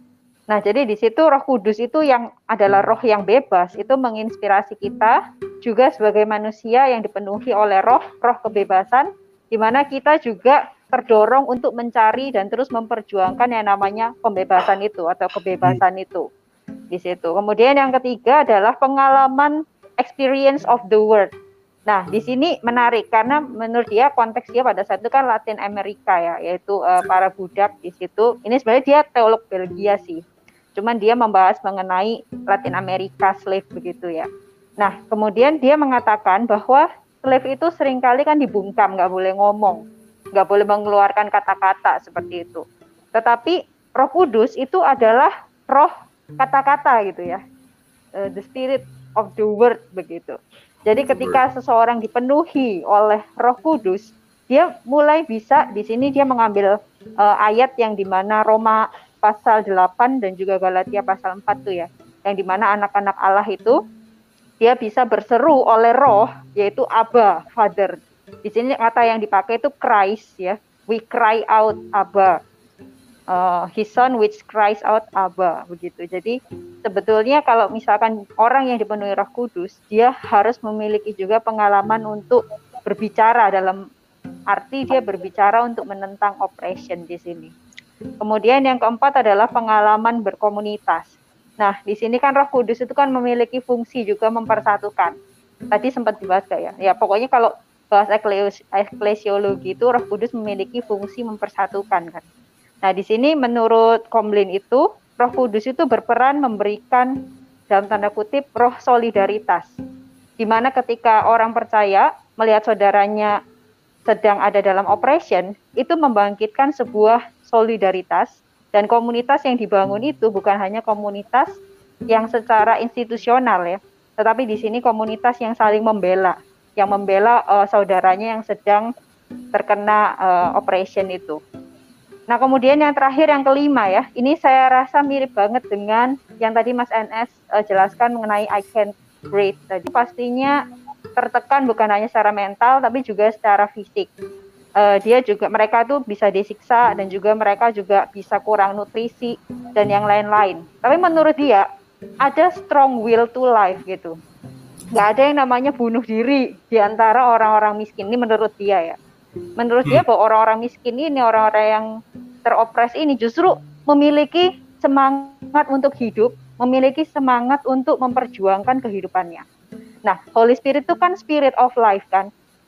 D: Nah, jadi di situ Roh Kudus itu yang adalah roh yang bebas, itu menginspirasi kita juga sebagai manusia yang dipenuhi oleh roh, roh kebebasan, di mana kita juga terdorong untuk mencari dan terus memperjuangkan yang namanya pembebasan itu atau kebebasan hmm. itu. Di situ. Kemudian yang ketiga adalah pengalaman experience of the world. Nah, di sini menarik karena menurut dia konteks dia pada saat itu kan Latin Amerika ya, yaitu uh, para budak di situ. Ini sebenarnya dia teolog Belgia sih. Cuman dia membahas mengenai Latin Amerika slave begitu ya. Nah, kemudian dia mengatakan bahwa slave itu seringkali kan dibungkam, nggak boleh ngomong, nggak boleh mengeluarkan kata-kata seperti itu. Tetapi Roh Kudus itu adalah roh kata-kata gitu ya. Uh, the spirit of the word begitu. Jadi ketika seseorang dipenuhi oleh Roh Kudus, dia mulai bisa di sini dia mengambil uh, ayat yang di mana Roma pasal delapan dan juga Galatia pasal empat tuh ya, yang di mana anak-anak Allah itu dia bisa berseru oleh Roh, yaitu Abba, Father. Di sini kata yang dipakai itu Christ ya. We cry out Abba. Uh, his son which cries out Abba begitu. Jadi sebetulnya kalau misalkan orang yang dipenuhi Roh Kudus, dia harus memiliki juga pengalaman untuk berbicara, dalam arti dia berbicara untuk menentang oppression di sini. Kemudian yang keempat adalah pengalaman berkomunitas. Nah, di sini kan Roh Kudus itu kan memiliki fungsi juga mempersatukan. Tadi sempat dibahas gak ya? Ya pokoknya kalau bahas eklesiologi itu Roh Kudus memiliki fungsi mempersatukan kan. Nah, di sini menurut Komlin itu, Roh Kudus itu berperan memberikan, dalam tanda kutip, roh solidaritas. Di mana ketika orang percaya melihat saudaranya sedang ada dalam oppression, itu membangkitkan sebuah solidaritas, dan komunitas yang dibangun itu bukan hanya komunitas yang secara institusional ya, tetapi di sini komunitas yang saling membela, yang membela uh, saudaranya yang sedang terkena uh, oppression itu. Nah, kemudian yang terakhir, yang kelima ya, ini saya rasa mirip banget dengan yang tadi Mas N S uh, jelaskan mengenai I can't breathe tadi. Pastinya tertekan bukan hanya secara mental, tapi juga secara fisik. Uh, dia juga, mereka tuh bisa disiksa dan juga mereka juga bisa kurang nutrisi dan yang lain-lain. Tapi menurut dia, ada strong will to life gitu. Nggak ada yang namanya bunuh diri di antara orang-orang miskin, ini menurut dia ya. Menurut dia bahwa orang-orang miskin ini, orang-orang yang teropres ini justru memiliki semangat untuk hidup, memiliki semangat untuk memperjuangkan kehidupannya. Nah, Holy Spirit itu kan spirit of life kan,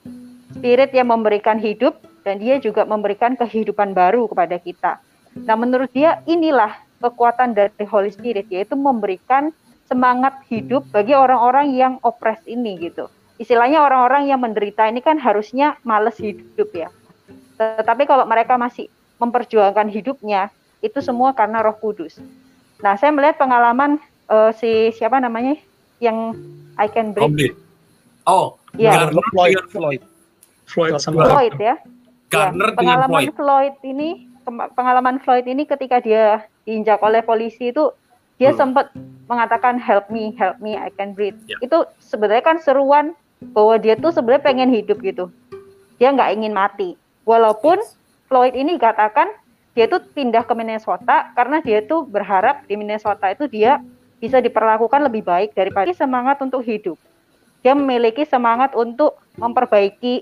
D: spirit yang memberikan hidup dan dia juga memberikan kehidupan baru kepada kita. Nah, menurut dia inilah kekuatan dari Holy Spirit, yaitu memberikan semangat hidup bagi orang-orang yang opres ini gitu. Istilahnya orang-orang yang menderita ini kan harusnya malas hidup ya. Tetapi kalau mereka masih memperjuangkan hidupnya, itu semua karena Roh Kudus. Nah, saya melihat pengalaman uh, si siapa namanya yang I can breathe.
B: Oh,
D: ya.
C: Floyd, Floyd.
A: Floyd sama
D: Floyd ya.
B: Garner
D: ya. Pengalaman Floyd. Floyd ini, pengalaman Floyd ini ketika dia diinjak oleh polisi itu, dia hmm. sempat mengatakan help me, help me, I can breathe. Yeah. Itu sebenarnya kan seruan bahwa dia tuh sebenarnya pengen hidup gitu. Dia nggak ingin mati. Walaupun yes. Floyd ini katakan dia tuh pindah ke Minnesota karena dia tuh berharap di Minnesota itu dia bisa diperlakukan lebih baik daripada semangat untuk hidup. Dia memiliki semangat untuk memperbaiki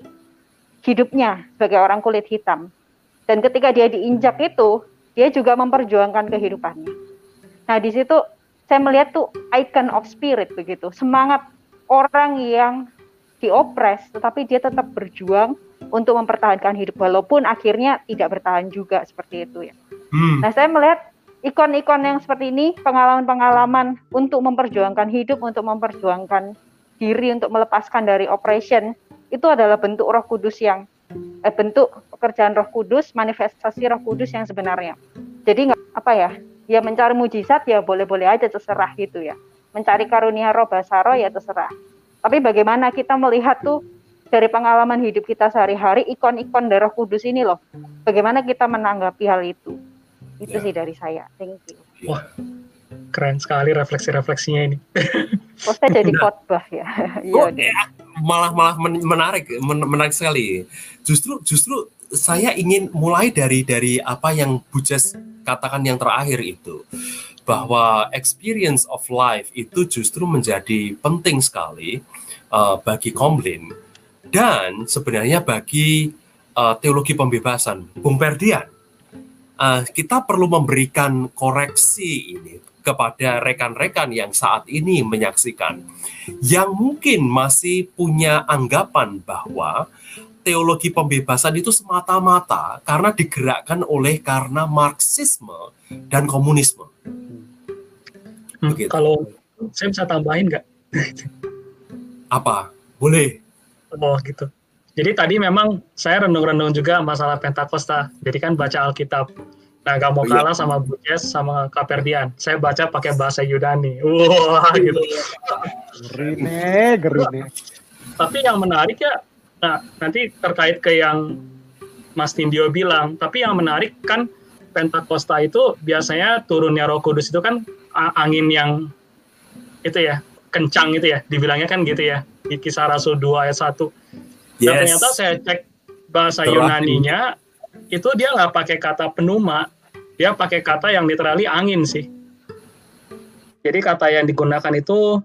D: hidupnya sebagai orang kulit hitam. Dan ketika dia diinjak itu, dia juga memperjuangkan kehidupannya. Nah, di situ saya melihat tuh icon of spirit begitu. Semangat orang yang diopres, tetapi dia tetap berjuang untuk mempertahankan hidup, walaupun akhirnya tidak bertahan juga seperti itu ya. Hmm. Nah, saya melihat ikon-ikon yang seperti ini, pengalaman-pengalaman untuk memperjuangkan hidup, untuk memperjuangkan diri, untuk melepaskan dari oppression, itu adalah bentuk Roh Kudus yang, eh, bentuk pekerjaan Roh Kudus, manifestasi Roh Kudus yang sebenarnya. Jadi nggak apa ya, ya mencari mujizat ya boleh-boleh aja, terserah gitu ya. Mencari karunia roh basaro ya terserah. Tapi bagaimana kita melihat tuh dari pengalaman hidup kita sehari-hari, ikon-ikon dari Roh Kudus ini loh. Bagaimana kita menanggapi hal itu? Itu ya. Sih dari saya. Thank you.
A: Wah, keren sekali refleksi-refleksinya ini.
D: Oh, saya jadi khotbah ya.
B: Oh, ya, malah malah menarik, menarik sekali. Justru justru saya ingin mulai dari dari apa yang Bu Jess katakan yang terakhir itu. bahwa experience of life itu justru menjadi penting sekali uh, bagi Komlin dan sebenarnya bagi uh, teologi pembebasan. Bung Ferdian, uh, kita perlu memberikan koreksi ini kepada rekan-rekan yang saat ini menyaksikan, yang mungkin masih punya anggapan bahwa teologi pembebasan itu semata-mata karena digerakkan oleh karena Marxisme dan komunisme.
A: Hmm, kalau saya bisa tambahin nggak?
B: Apa? Boleh.
A: Oh gitu. Jadi tadi memang saya renung-renung juga masalah Pentakosta. Jadi kan baca Alkitab. Nah, gak mau kalah sama Bu Jess sama Kak Ferdian. Saya baca pakai bahasa Yunani. Wah, gitu.
C: Gerine, gerine.
A: Tapi yang menarik ya, nah nanti terkait ke yang Mas Tindio bilang, tapi yang menarik kan Pentakosta itu biasanya turunnya Roh Kudus itu kan angin yang itu ya, kencang itu ya, dibilangnya kan gitu ya, di Kisah Rasul dua ayat satu. Yes. Nah, ternyata saya cek bahasa Terlalu. Yunaninya, itu dia nggak pakai kata pneuma, dia pakai kata yang literally angin sih. Jadi kata yang digunakan itu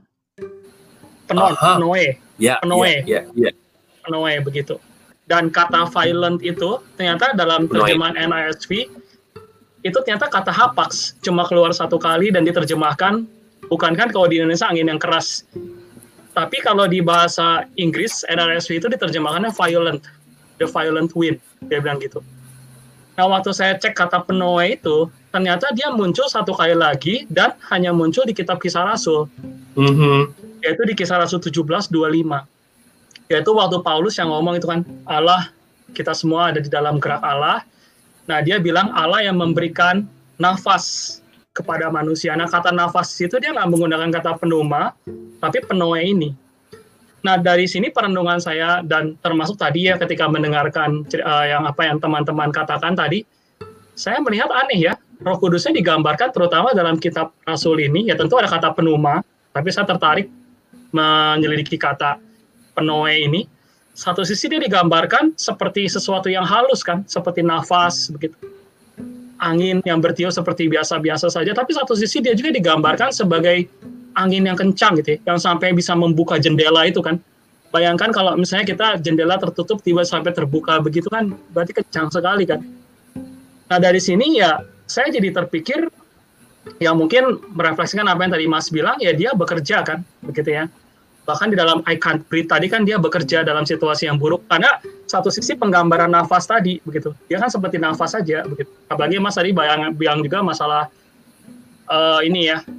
A: penon, pnoe,
B: yeah,
A: pnoe,
B: yeah, yeah, yeah.
A: pnoe begitu. Dan kata violent itu ternyata dalam terjemahan N I S V itu ternyata kata hapax, cuma keluar satu kali dan diterjemahkan, bukan kan kalau di Indonesia angin yang keras. Tapi kalau di bahasa Inggris N R S V itu diterjemahkannya violent, the violent wind, dia bilang gitu. Nah, waktu saya cek kata pnoe itu, ternyata dia muncul satu kali lagi dan hanya muncul di kitab Kisah Rasul.
B: Mm-hmm.
A: Yaitu di Kisah Rasul tujuh belas dua puluh lima. Yaitu waktu Paulus yang ngomong itu kan, Allah, kita semua ada di dalam gerak Allah. Nah, dia bilang Allah yang memberikan nafas kepada manusia. Nah, kata nafas itu dia nggak menggunakan kata pneuma, tapi pnoe ini. Nah, dari sini perenungan saya dan termasuk tadi ya ketika mendengarkan uh, yang apa yang teman-teman katakan tadi, saya melihat aneh ya, Roh Kudusnya digambarkan terutama dalam kitab Rasul ini, ya tentu ada kata pneuma, tapi saya tertarik menyelidiki kata pnoe ini. Satu sisi dia digambarkan seperti sesuatu yang halus kan, seperti nafas begitu. Angin yang bertiup seperti biasa-biasa saja, tapi satu sisi dia juga digambarkan sebagai angin yang kencang gitu ya, yang sampai bisa membuka jendela itu kan. Bayangkan kalau misalnya kita jendela tertutup tiba sampai terbuka begitu kan, berarti kencang sekali kan. Nah, dari sini ya saya jadi terpikir yang mungkin merefleksikan apa yang tadi Mas bilang, ya dia bekerja kan, begitu ya. Bahkan di dalam I Can't Breathe tadi kan dia bekerja dalam situasi yang buruk, karena satu sisi penggambaran nafas tadi begitu, dia kan seperti nafas saja begitu. Apalagi Mas tadi bayang, bilang juga masalah uh, ini ya,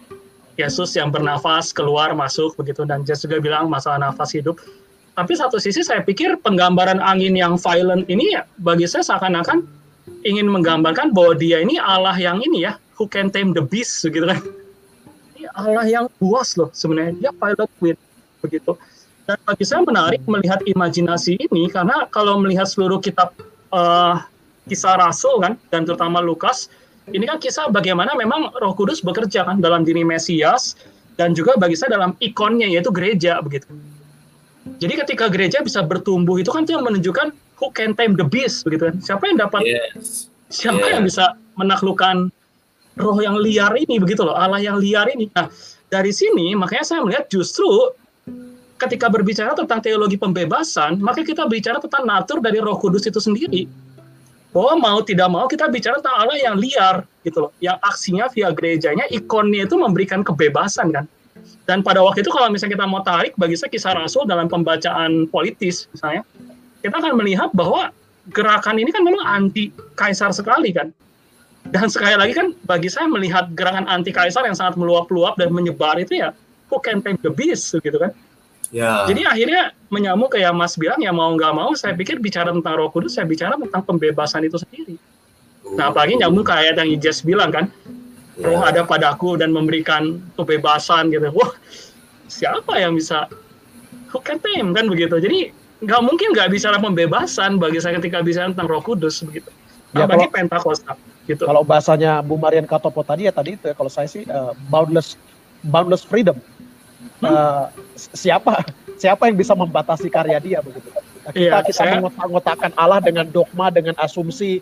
A: Yesus yang bernafas keluar masuk begitu, dan Yesus juga bilang masalah nafas hidup. Tapi satu sisi saya pikir penggambaran angin yang violent ini ya, bagi saya seakan-akan ingin menggambarkan bahwa dia ini Allah yang ini ya, who can tame the beast begitu kan. Ini Allah yang buas loh sebenarnya, dia violent wind begitu. Dan bagi saya menarik melihat imajinasi ini, karena kalau melihat seluruh kitab uh, Kisah Rasul kan, dan terutama Lukas, ini kan kisah bagaimana memang Roh Kudus bekerja kan dalam diri Mesias, dan juga bagi saya dalam ikonnya yaitu gereja begitu. Jadi ketika gereja bisa bertumbuh itu kan itu yang menunjukkan who can tame the beast begitu kan. Siapa yang dapat, yes. siapa yeah. yang bisa menaklukkan roh yang liar ini begitu loh, Allah yang liar ini. Nah, dari sini makanya saya melihat justru ketika berbicara tentang teologi pembebasan, maka kita bicara tentang natur dari Roh Kudus itu sendiri. Bahwa mau tidak mau kita bicara tentang Allah yang liar gitu loh, yang aksinya via gerejanya, ikonnya itu memberikan kebebasan kan. Dan pada waktu itu kalau misalnya kita mau tarik bagi saya Kisah Rasul dalam pembacaan politis misalnya, kita akan melihat bahwa gerakan ini kan memang anti kaisar sekali kan. Dan sekali lagi kan bagi saya melihat gerakan anti kaisar yang sangat meluap-luap dan menyebar itu ya who can tame the beast gitu kan. Ya. Jadi akhirnya menyambung ke yang Mas bilang, ya mau nggak mau saya pikir bicara tentang Roh Kudus, saya bicara tentang pembebasan itu sendiri. Uh, nah apalagi nyambung ke ayat yang Ijaz bilang kan, ya. Roh ada padaku dan memberikan kebebasan gitu. Wah, siapa yang bisa who can tame kan begitu. Jadi nggak mungkin nggak bicara pembebasan bagi saya ketika bicara tentang Roh Kudus begitu. Nah, ya, bagi Pentakosta gitu. Kalau
C: bahasanya Bu Marian Katopo tadi ya tadi itu ya, kalau saya sih uh, boundless boundless freedom. Hmm. Uh, siapa siapa yang bisa membatasi karya dia begitu? Nah, kita yeah, kita saya... mengotak-ngotakkan Allah dengan dogma, dengan asumsi,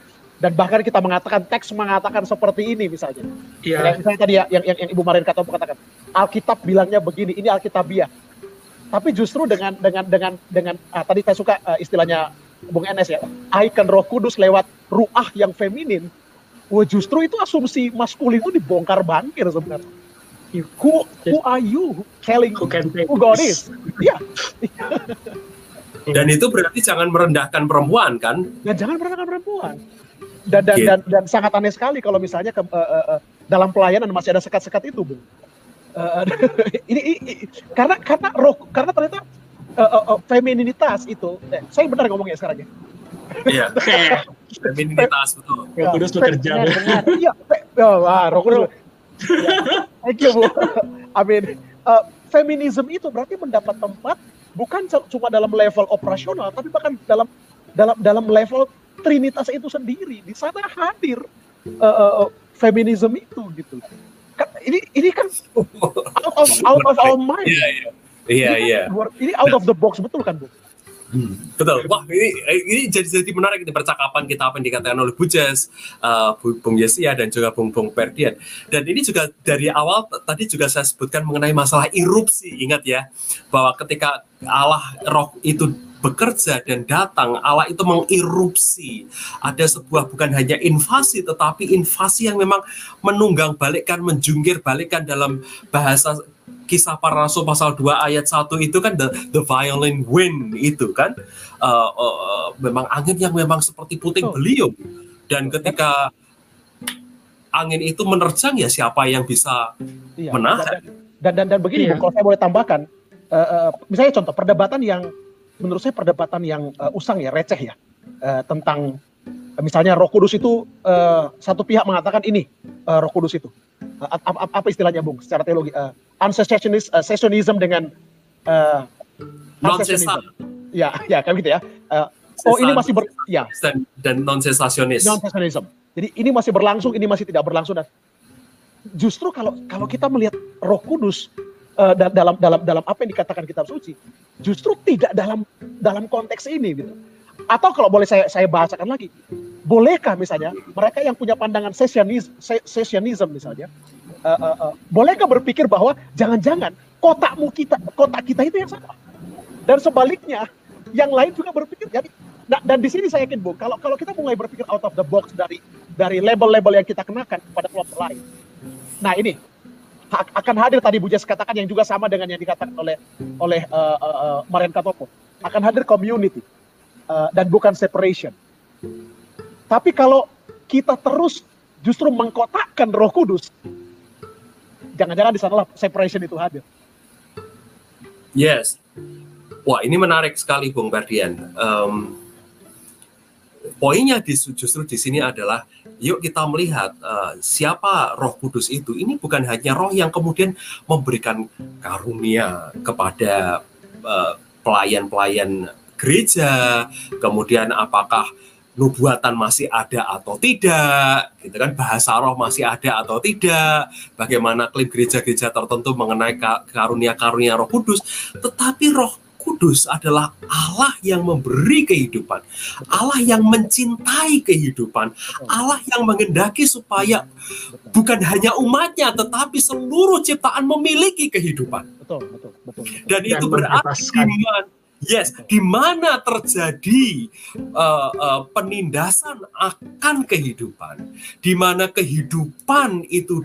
C: Dan bahkan kita mengatakan teks mengatakan seperti ini misalnya.
A: Iya.
C: Kayak misalnya tadi ya, yang, yang, yang Ibu Marian Katopo katakan, Alkitab bilangnya begini, ini Alkitabiah. Tapi justru dengan dengan dengan dengan ah, tadi saya suka uh, istilahnya Bung Enes ya, icon Roh Kudus lewat ruah yang feminin. Wah, justru itu asumsi maskulin itu dibongkar bangkir sebenarnya. Who, who are you telling
A: Who can take
C: who God
A: this?
C: is? Iya.
B: Dan itu berarti jangan merendahkan perempuan kan?
C: Dan jangan merendahkan perempuan. Dan dan,
B: Gitu.
C: dan dan sangat aneh sekali kalau misalnya ke, uh, uh, uh, dalam pelayanan masih ada sekat-sekat itu, Bung. Uh, ini, ini, ini karena karena roh karena ternyata uh, uh, uh, femininitas itu, eh, saya benar ngomongnya sekarang ya.
B: Iya. Feminitas betul.
A: Roh Kudus bekerja.
D: Benar-benar.
C: Iya, fe- oh, wah, Roh Kudus. Ya, thank you, Bu. Amin. Uh, feminisme itu berarti mendapat tempat bukan cuma dalam level operasional, tapi bahkan dalam dalam dalam level Trinitas itu sendiri. Di sana hadir uh, uh, feminisme itu gitu. Kan, ini ini kan out of out of our mind.
B: Iya, iya. Iya,
C: Ini
B: iya.
C: kan luar- Ini out of the box betul kan, Bu?
B: Hmm, betul. Wah, ini ini jadi jadi menarik ini percakapan kita apa yang dikatakan oleh Bu Jess, uh, Bu- Bung Yesia dan juga Bung Bung Ferdian. Dan ini juga dari awal t- tadi juga saya sebutkan mengenai masalah erupsi. Ingat ya, bahwa ketika Allah Roh itu bekerja dan datang, Allah itu mengerupsi. Ada sebuah bukan hanya invasi, tetapi invasi yang memang menunggang balikkan, menjungkir balikkan dalam bahasa Kisah Para Rasul pasal dua ayat satu itu kan the, the violent wind itu kan uh, uh, memang angin yang memang seperti puting beliung. Dan ketika angin itu menerjang ya siapa yang bisa
C: Iya.
B: menahan?
C: Dan dan dan begini,
A: Iya.
C: Bu, kalau saya boleh tambahkan, uh, uh, misalnya contoh perdebatan yang menurut saya perdebatan yang uh, usang ya, receh ya, uh, tentang uh, misalnya Roh Kudus itu uh, satu pihak mengatakan ini uh, Roh Kudus itu uh, apa, apa istilahnya, Bung, secara teologi uh, uncessationis- uh, cessationism dengan uh,
B: Non-sesa.
C: ya ya kayak gitu ya. Uh, oh ini masih ber ya
B: dan, dan non-sesasionis.
C: non-sessationism. Jadi ini masih berlangsung, ini masih tidak berlangsung. Dan justru kalau kalau kita melihat Roh Kudus uh, da- dalam dalam dalam apa yang dikatakan Kitab Suci, justru tidak dalam dalam konteks ini gitu. Atau kalau boleh saya saya bahasakan lagi, bolehkah misalnya mereka yang punya pandangan sessionism, sessionism misalnya, uh, uh, uh, bolehkah berpikir bahwa jangan-jangan kotakmu kita kotak kita itu yang salah, dan sebaliknya yang lain juga berpikir. Jadi nah, dan di sini saya yakin, Bu, kalau kalau kita mulai berpikir out of the box dari dari label-label yang kita kenakan kepada kelompok lain. Nah ini akan hadir tadi Bu Jess katakan yang juga sama dengan yang dikatakan oleh oleh uh, uh, uh, Marian Katopo, akan hadir community uh, dan bukan separation. Tapi kalau kita terus justru mengkotakkan Roh Kudus, jangan-jangan di sanalah separation itu hadir.
B: Yes. Wah, ini menarik sekali, Bung Ferdian. Um, poinnya di, justru di sini adalah, yuk kita melihat uh, siapa Roh Kudus itu. Ini bukan hanya Roh yang kemudian memberikan karunia kepada uh, pelayan-pelayan gereja, kemudian apakah nubuatan masih ada atau tidak, gitu kan, bahasa roh masih ada atau tidak, bagaimana klaim gereja-gereja tertentu mengenai karunia-karunia Roh Kudus, tetapi Roh Kudus adalah Allah yang memberi kehidupan, Allah yang mencintai kehidupan, Allah yang menghendaki supaya bukan hanya umatnya, tetapi seluruh ciptaan memiliki kehidupan.
C: Betul, betul, betul. betul.
B: Dan, Dan itu berarti di mana, yes, di mana terjadi uh, uh, penindasan akan kehidupan, di mana kehidupan itu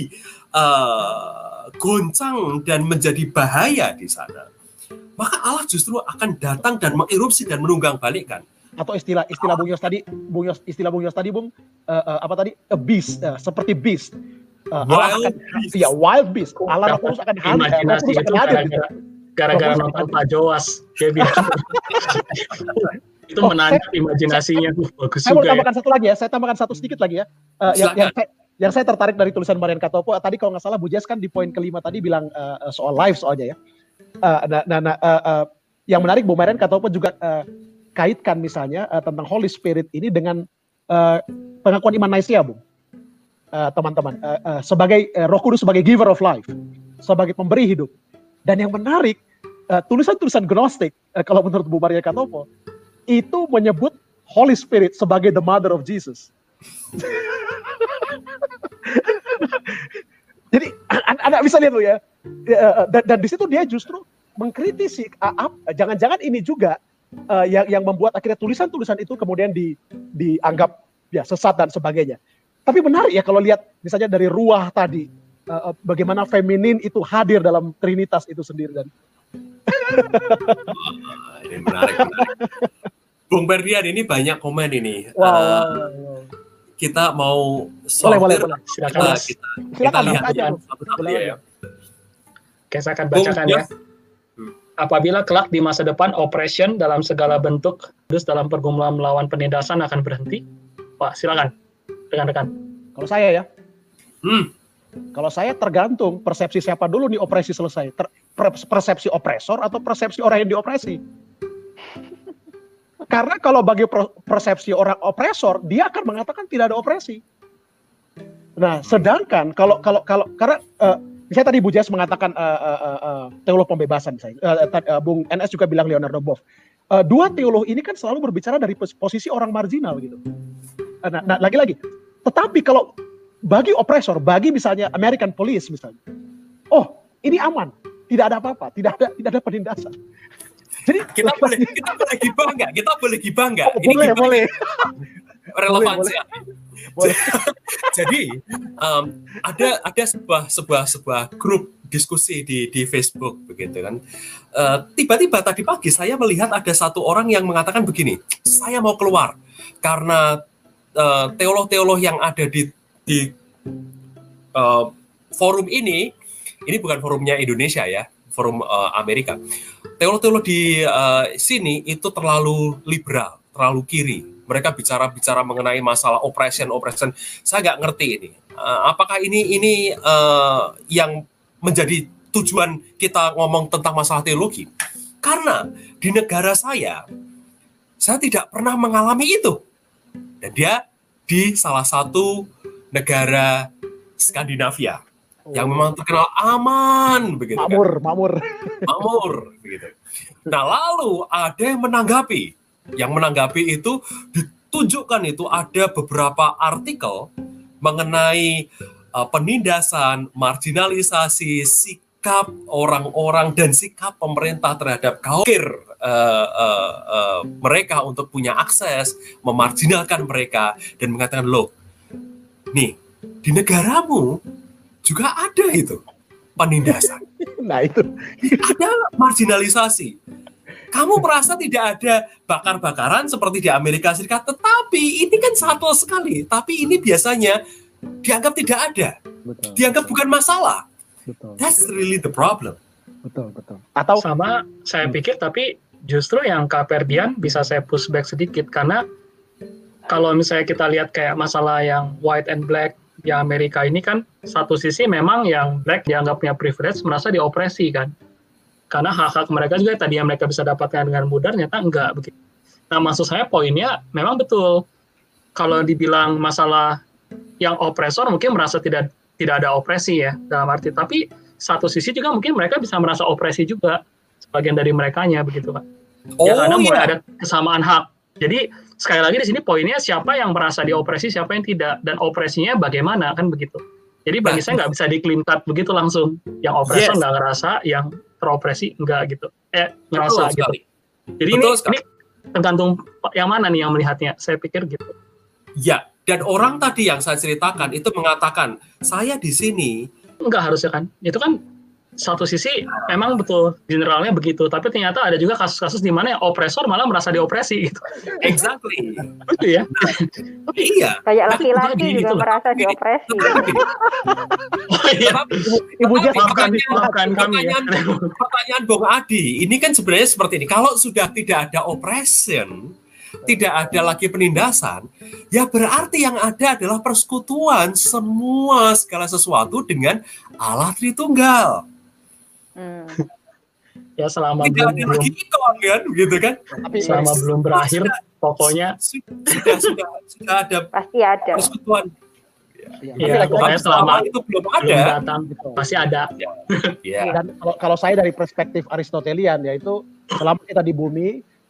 B: digoncang uh, dan menjadi bahaya di sana, maka Allah justru akan datang dan mengerupsi dan menunggang balikkan.
C: Atau istilah istilah Bung Yos tadi, Bung Yos, istilah Bung Yos tadi, Bung, uh, uh, apa tadi? A beast, uh, seperti beast. Uh,
B: wild
C: akan,
B: beast.
C: Ya, wild beast. Allah Roh Kudus akan hadir.
A: Imajinasi itu gara-gara, gara-gara nonton Pak Joas. Dia bilang itu
C: Oh,
A: menangkap
C: saya-
A: imajinasinya. Uh, bagus
C: Saya mau
A: juga ya.
C: tambahkan satu lagi ya. Saya tambahkan satu sedikit lagi ya. Uh, yang, yang, saya, yang saya tertarik dari tulisan Marian Katopo tadi, kalau nggak salah Bu Jess kan di poin kelima tadi bilang uh, soal live soalnya ya. Uh, nah, nah, nah, uh, uh, yang menarik Bu Marian Katopo juga uh, kaitkan misalnya uh, tentang Holy Spirit ini dengan uh, pengakuan iman Nicaea, Bung. Uh, teman-teman, uh, uh, sebagai uh, Roh Kudus sebagai giver of life, sebagai pemberi hidup. Dan yang menarik, uh, tulisan-tulisan Gnostik, uh, kalau menurut Bu Marian Katopo, itu menyebut Holy Spirit sebagai the mother of Jesus. Jadi Anda bisa lihat loh ya, dan, dan di situ dia justru mengkritisi, jangan-jangan ini juga uh, yang yang membuat akhirnya tulisan-tulisan itu kemudian di, dianggap ya sesat dan sebagainya. Tapi menarik ya kalau lihat misalnya dari Ruah tadi, uh, bagaimana feminin itu hadir dalam Trinitas itu sendiri. Dan
B: oh, ini menarik, menarik. Bung Ferdian ini banyak komen ini.
C: Wow,
B: uh,
C: wow, wow.
B: Kita mau
C: boleh, boleh, boleh.
B: Silakan. Kita, kita, kita lihat aja satu-satu ya.
A: Oke, saya akan bacakan ya. Apabila kelak di masa depan operation dalam segala bentuk terus dalam pergumulan melawan penindasan akan berhenti, Pak, silakan rekan-rekan.
C: Kalau saya ya,
B: hmm.
C: kalau saya tergantung persepsi siapa dulu nih operasi selesai, Ter, persepsi opresor atau persepsi orang yang diopresi. Karena kalau bagi persepsi orang opresor, dia akan mengatakan tidak ada opresi. Nah, sedangkan kalau kalau kalau karena uh, saya tadi Bu Jas mengatakan uh, uh, uh, teolog pembebasan, saya, uh, uh, Bung N S juga bilang Leonardo Boff. Uh, dua teolog ini kan selalu berbicara dari posisi orang marginal gitu. Uh, nah, nah, lagi-lagi, tetapi kalau bagi opresor, bagi misalnya American Police misalnya, oh ini aman, tidak ada apa-apa, tidak ada tidak ada penindasan. Jadi
B: kita boleh kita boleh gibah nggak? Kita boleh gibah nggak?
C: Oh, boleh
B: gibah
C: boleh.
B: Relevansi.
C: Boleh.
B: Jadi um, ada ada sebuah sebuah sebuah grup diskusi di di Facebook begitu kan. Uh, tiba-tiba tadi pagi saya melihat ada satu orang yang mengatakan begini, saya mau keluar karena uh, teolog-teolog yang ada di di uh, forum ini, ini bukan forumnya Indonesia ya, forum uh, Amerika. Teolog-teolog di uh, sini itu terlalu liberal, terlalu kiri. Mereka bicara-bicara mengenai masalah oppression-oppression. Saya nggak ngerti ini. Uh, apakah ini ini uh, yang menjadi tujuan kita ngomong tentang masalah teologi? Karena di negara saya, saya tidak pernah mengalami itu. Dan dia di salah satu negara Skandinavia. Oh. Yang memang terkenal aman begitu
C: makmur,
B: kan?
C: Makmur,
B: makmur begitu. Nah, lalu ada yang menanggapi. Yang menanggapi itu ditunjukkan itu ada beberapa artikel mengenai uh, penindasan, marginalisasi, sikap orang-orang dan sikap pemerintah terhadap kaum uh, uh, uh, mereka untuk punya akses, memarginalkan mereka dan mengatakan, loh, nih di negaramu juga ada itu penindasan.
C: Nah itu
B: ada marginalisasi. Kamu merasa tidak ada bakar-bakaran seperti di Amerika Serikat, tetapi ini kan subtle sekali. Tapi ini biasanya dianggap tidak ada, betul, dianggap betul. Bukan masalah. Betul. That's really the problem.
C: Betul betul. Atau
A: sama saya pikir, tapi justru yang Kak Ferdian bisa saya pushback sedikit karena kalau misalnya kita lihat kayak masalah yang white and black di Amerika ini kan satu sisi memang yang black dianggap punya privilege merasa diopresi kan. Karena hak-hak mereka juga tadi yang mereka bisa dapatkan dengan mudah, ternyata enggak begitu. Nah, maksud saya poinnya memang betul. Kalau dibilang masalah yang opresor mungkin merasa tidak tidak ada opresi ya dalam arti. Tapi satu sisi juga mungkin mereka bisa merasa opresi juga sebagian dari merekanya begitu kan. Oh, ya karena iya. mulai ada kesamaan hak. Jadi sekali lagi di sini poinnya siapa yang merasa diopresi, siapa yang tidak, dan opresinya bagaimana kan begitu. Jadi bagi nah, saya nggak bisa di-clean-cut begitu langsung. Yang opresor nggak yes. ngerasa, yang teropresi enggak gitu. Eh, ngerasa gitu. Jadi ini, ini tergantung yang mana nih yang melihatnya. Saya pikir gitu.
B: Ya, dan orang tadi yang saya ceritakan itu mengatakan, saya di sini.
A: Enggak harusnya kan. Itu kan satu sisi memang betul generalnya begitu, tapi ternyata ada juga kasus-kasus di mana yang opresor malah merasa diopresi gitu.
B: Exactly.
A: Betul ya.
B: Tapi iya.
D: Kayak laki-laki juga gitu merasa diopresi.
A: Oh iya.
C: Ibu Jas
A: maafkan, maafkan kami ya.
B: Pertanyaan Bung Adi, ini kan sebenarnya seperti ini. Kalau sudah tidak ada oppression, tidak ada lagi penindasan, ya berarti yang ada adalah persekutuan semua segala sesuatu dengan Allah Tritunggal.
A: Hmm. Ya selama
B: tidak
A: belum,
B: ada lagi ikon kan, gitu kan?
A: Tapi selama ya, belum berakhir, sudah, pokoknya
B: sudah sudah sudah ada
D: pasti ada
B: persekutuan.
A: Ya, ya pokoknya selama
B: itu belum ada,
A: belum datang, pasti ada.
B: Ya.
C: Dan kalau, kalau saya dari perspektif Aristotelian, yaitu selama kita di bumi,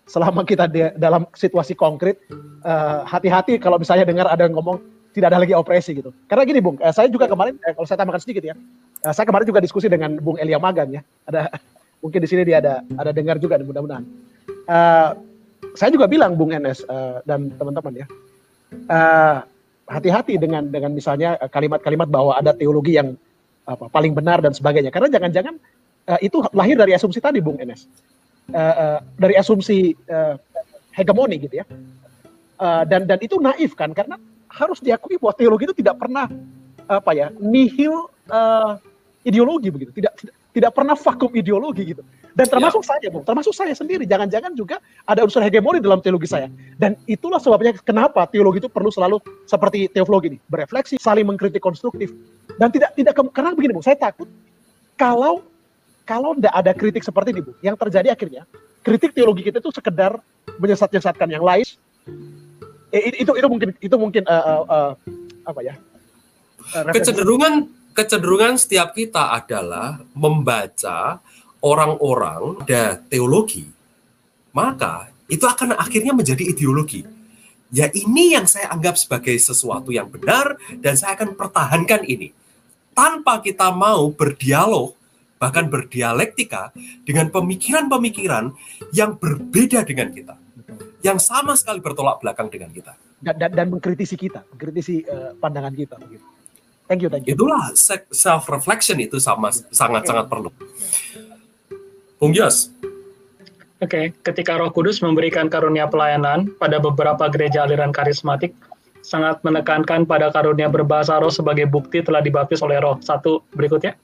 C: selama kita di, dalam situasi konkret, uh, hati-hati kalau misalnya dengar ada yang ngomong tidak ada lagi opresi gitu. Karena gini Bung, uh, saya juga kemarin, uh, kalau saya tambahkan sedikit ya, uh, saya kemarin juga diskusi dengan Bung Elia Magan ya. Ada mungkin di sini dia ada ada dengar juga mudah-mudahan. Uh, saya juga bilang Bung Enes uh, dan teman-teman ya, uh, hati-hati dengan dengan misalnya kalimat-kalimat bahwa ada teologi yang apa, paling benar dan sebagainya. Karena jangan-jangan uh, itu lahir dari asumsi tadi Bung Enes. Uh, uh, dari asumsi uh, hegemoni gitu ya, uh, dan dan itu naif kan, karena harus diakui bahwa teologi itu tidak pernah apa ya nihil uh, ideologi begitu, tidak, tidak tidak pernah vakum ideologi gitu, dan termasuk ya. saya Bung, termasuk saya sendiri, jangan-jangan juga ada unsur hegemoni dalam teologi saya, dan itulah sebabnya kenapa teologi itu perlu selalu seperti teologi ini, berefleksi, saling mengkritik konstruktif, dan tidak tidak karena begini Bung, saya takut kalau Kalau tidak ada kritik seperti ini, Bu, yang terjadi akhirnya kritik teologi kita itu sekedar menyesat-nyesatkan yang lain. Eh, itu itu mungkin itu mungkin uh, uh, uh, apa ya? Uh,
B: kecenderungan kecenderungan setiap kita adalah membaca orang-orang ada teologi, maka itu akan akhirnya menjadi ideologi. Ya ini yang saya anggap sebagai sesuatu yang benar dan saya akan pertahankan ini tanpa kita mau berdialog, bahkan berdialektika dengan pemikiran-pemikiran yang berbeda dengan kita, yang sama sekali bertolak belakang dengan kita,
C: dan, dan, dan mengkritisi kita, mengkritisi uh, pandangan kita. Begitu. Thank you, thank you.
B: Itulah self reflection itu sama sangat-sangat perlu. Bung Yos.
A: Oke, okay. Ketika Roh Kudus memberikan karunia pelayanan pada beberapa gereja aliran karismatik, sangat menekankan pada karunia berbahasa roh sebagai bukti telah dibaptis oleh Roh. Satu berikutnya.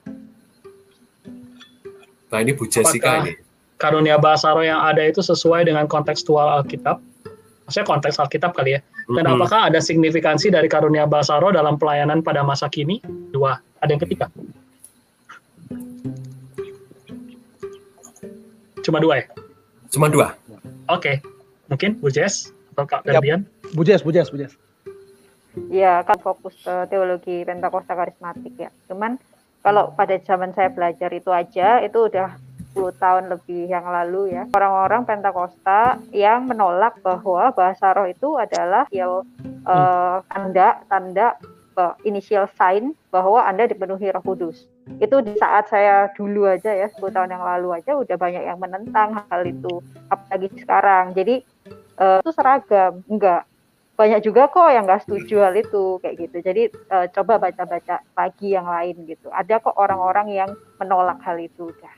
B: Nah ini Bu Jessica ini.
A: Karunia bahasa roh yang ada itu sesuai dengan kontekstual Alkitab? Maksudnya konteks Alkitab kali ya. Dan mm-hmm. apakah ada signifikansi dari karunia bahasa roh dalam pelayanan pada masa kini? Dua. Ada yang ketiga? Cuma dua ya?
B: Cuma dua.
A: Oke. Okay. Mungkin Bu Jess atau Kak Ferdian?
C: Ya, Bu Jess, Bu Jess, Bu Jess.
D: Ya, kan fokus ke teologi Pentakosta karismatik ya. Cuman kalau pada zaman saya belajar itu aja, itu udah sepuluh tahun lebih yang lalu ya. Orang-orang Pentakosta yang menolak bahwa bahasa roh itu adalah ya, uh, tanda, tanda, uh, initial sign bahwa Anda dipenuhi Roh Kudus. Itu di saat saya dulu aja ya, sepuluh tahun yang lalu aja udah banyak yang menentang hal itu. Apalagi sekarang. Jadi uh, itu seragam. Enggak. Banyak juga kok yang nggak setuju hal itu kayak gitu. Jadi uh, coba baca-baca lagi yang lain gitu. Ada kok orang-orang yang menolak hal itu. Udah.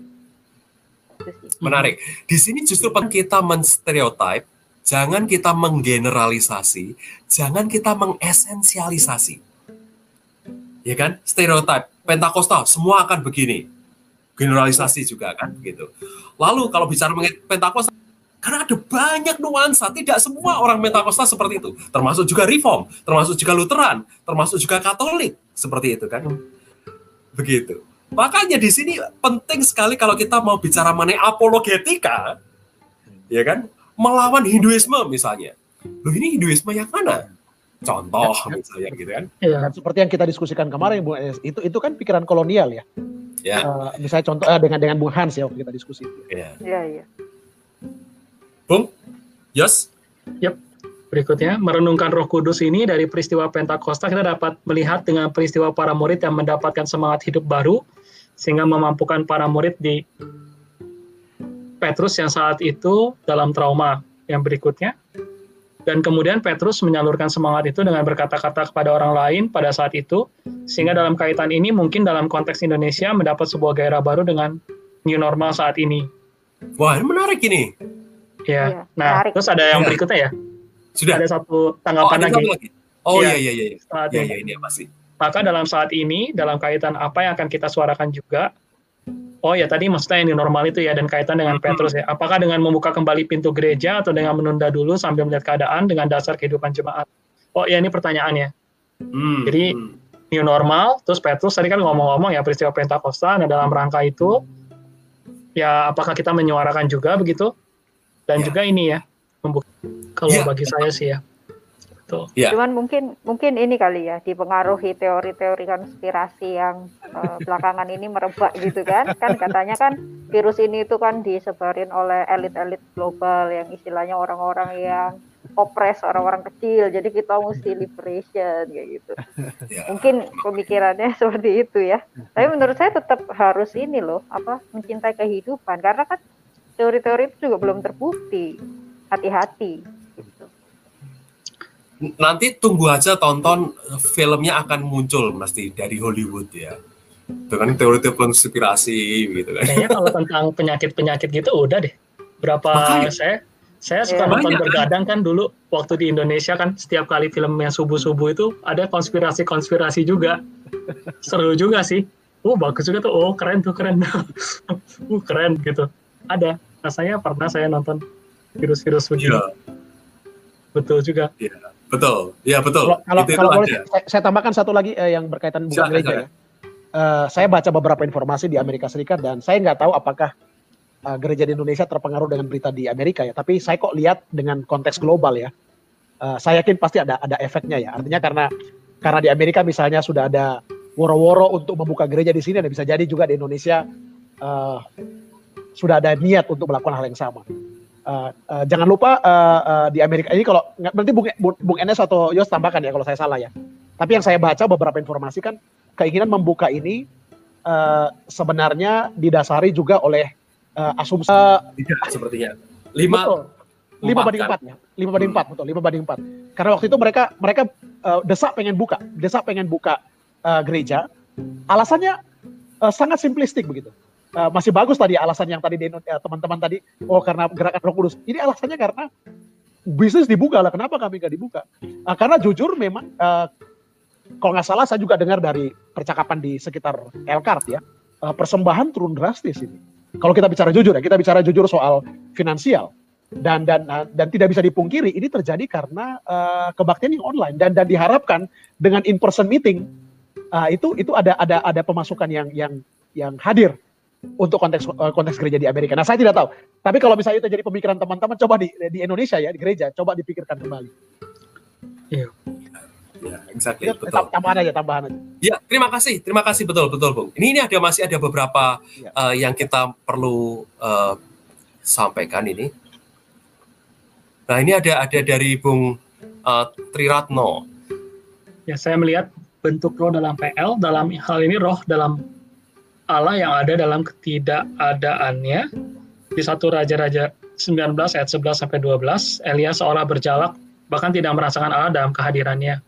B: Menarik. Di sini justru kita menstereotip, jangan kita menggeneralisasi, jangan kita mengesensialisasi. Ya kan? Stereotip. Pentakosta semua akan begini. Generalisasi juga kan gitu. Lalu kalau bicara mengenai Pentakosta, karena ada banyak nuansa, tidak semua orang Pentakosta seperti itu, termasuk juga Reform, termasuk juga Lutheran, termasuk juga Katolik, seperti itu kan. Begitu. Makanya di sini penting sekali kalau kita mau bicara mengenai apologetika, ya kan, melawan Hinduisme misalnya. Loh ini Hinduisme yang mana? Contoh ya, misalnya gitu kan.
C: Ya, seperti yang kita diskusikan kemarin, Bu, itu itu kan pikiran kolonial ya. Ya. Uh, misalnya contoh uh, dengan dengan Bung Hans ya waktu kita diskusi.
B: Iya.
D: Iya, iya.
B: Bung, Yos?
A: Yep. Berikutnya, merenungkan Roh Kudus ini dari peristiwa Pentakosta, kita dapat melihat dengan peristiwa para murid yang mendapatkan semangat hidup baru, sehingga memampukan para murid di Petrus yang saat itu dalam trauma yang berikutnya. Dan kemudian Petrus menyalurkan semangat itu dengan berkata-kata kepada orang lain pada saat itu, sehingga dalam kaitan ini mungkin dalam konteks Indonesia mendapat sebuah gairah baru dengan new normal saat ini.
B: Wah, ini menarik ini.
A: Ya, nah menarik. Terus ada yang berikutnya ya.
B: Sudah.
A: Ada satu tanggapan
B: oh,
A: lagi.
B: lagi. Oh iya iya iya. Iya iya ini pasti.
A: Maka dalam saat ini, dalam kaitan apa yang akan kita suarakan juga, oh ya tadi maksudnya yang normal itu ya, dan kaitan dengan mm-hmm. Petrus ya. Apakah dengan membuka kembali pintu gereja atau dengan menunda dulu sambil melihat keadaan dengan dasar kehidupan jemaat? Oh ya ini pertanyaannya. Mm-hmm. Jadi new normal, terus Petrus tadi kan ngomong-ngomong ya peristiwa Pentakosta, nah dalam rangka itu, ya apakah kita menyuarakan juga begitu? Dan yeah. juga ini ya, membuka, kalau yeah. bagi saya sih ya, Tuh.
B: Ya.
D: Cuman mungkin mungkin ini kali ya dipengaruhi teori-teori konspirasi yang uh, belakangan ini merebak gitu kan. Kan katanya kan virus ini itu kan disebarin oleh elit-elit global yang istilahnya orang-orang yang opres orang-orang kecil. Jadi kita mesti liberation kayak gitu.
B: Ya.
D: Mungkin pemikirannya seperti itu ya. Tapi menurut saya tetap harus ini loh, apa mencintai kehidupan karena kan teori-teori itu juga belum terbukti. Hati-hati gitu.
B: Nanti tunggu aja tonton filmnya akan muncul pasti dari Hollywood ya. Dengan teori-teori konspirasi gitu kan.
A: Kayaknya kalau tentang penyakit-penyakit gitu udah deh. Berapa
B: Makanya.
A: saya saya suka
D: Ya,
A: nonton
B: banyak,
A: bergadang kan dulu waktu di Indonesia kan setiap kali film yang subuh-subuh itu ada konspirasi-konspirasi juga. Seru juga sih. Uh bagus juga tuh. Oh keren tuh keren. uh keren gitu. Ada. Rasanya pernah saya nonton virus-virus begini.
B: Iya.
A: Betul juga.
B: Iya. Betul, ya betul.
C: Kalau kalau,
B: itu,
C: kalau
B: itu
C: boleh
B: ada.
C: saya, saya tambahkan satu lagi eh, yang berkaitan bukan
B: Silakan,
C: gereja
B: silakan.
C: ya. Eh, saya baca beberapa informasi di Amerika Serikat dan saya nggak tahu apakah eh, gereja di Indonesia terpengaruh dengan berita di Amerika ya. Tapi saya kok lihat dengan konteks global ya. Eh, saya yakin pasti ada ada efeknya ya. Artinya karena karena di Amerika misalnya sudah ada woro-woro untuk membuka gereja di sini dan bisa jadi juga di Indonesia eh, sudah ada niat untuk melakukan hal yang sama. Uh, uh, jangan lupa uh, uh, di Amerika ini kalau nanti Bung, Bung Enes atau Yos tambahkan ya kalau saya salah ya. Tapi yang saya baca beberapa informasi kan keinginan membuka ini uh, sebenarnya didasari juga oleh uh, asumsi
B: Tidak sepertinya. Lima,
C: betul. lima
B: empat,
C: banding
B: kan?
C: empat ya. lima banding empat betul, lima banding empat. Karena waktu itu mereka mereka uh, desak pengen buka, desak pengen buka uh, gereja. Alasannya uh, sangat simplistik begitu. Uh, masih bagus tadi alasan yang tadi di, uh, teman-teman tadi, oh karena gerakan Roh Kudus. Ini alasannya karena bisnis dibuka lah. Kenapa kami nggak dibuka? Uh, karena jujur memang, uh, kalau nggak salah saya juga dengar dari percakapan di sekitar Elkhart ya, uh, persembahan turun drastis ini. Kalau kita bicara jujur ya, kita bicara jujur soal finansial dan dan uh, dan tidak bisa dipungkiri ini terjadi karena uh, kebaktian yang online dan dan diharapkan dengan in person meeting uh, itu itu ada ada ada pemasukan yang yang yang hadir untuk konteks konteks gereja di Amerika. Nah, saya tidak tahu. Tapi kalau misalnya itu jadi pemikiran teman-teman, coba di di Indonesia ya, di gereja, coba dipikirkan kembali.
A: Iya.
B: Ya, exactly,
C: Ya,
B: betul.
C: tambahan aja, tambahan aja.
B: Ya, terima kasih, terima kasih betul, betul, Bung. Ini ini ada masih ada beberapa
C: Ya.
B: uh, yang kita perlu uh, sampaikan ini. Nah, ini ada ada dari Bung uh, Triratno.
A: Ya saya melihat bentuk roh dalam P L dalam hal ini roh dalam Allah yang ada dalam ketidakadaannya. Di satu Raja-Raja sembilan belas ayat sebelas sampai dua belas, Elia seolah berjalak bahkan tidak merasakan Allah dalam kehadirannya.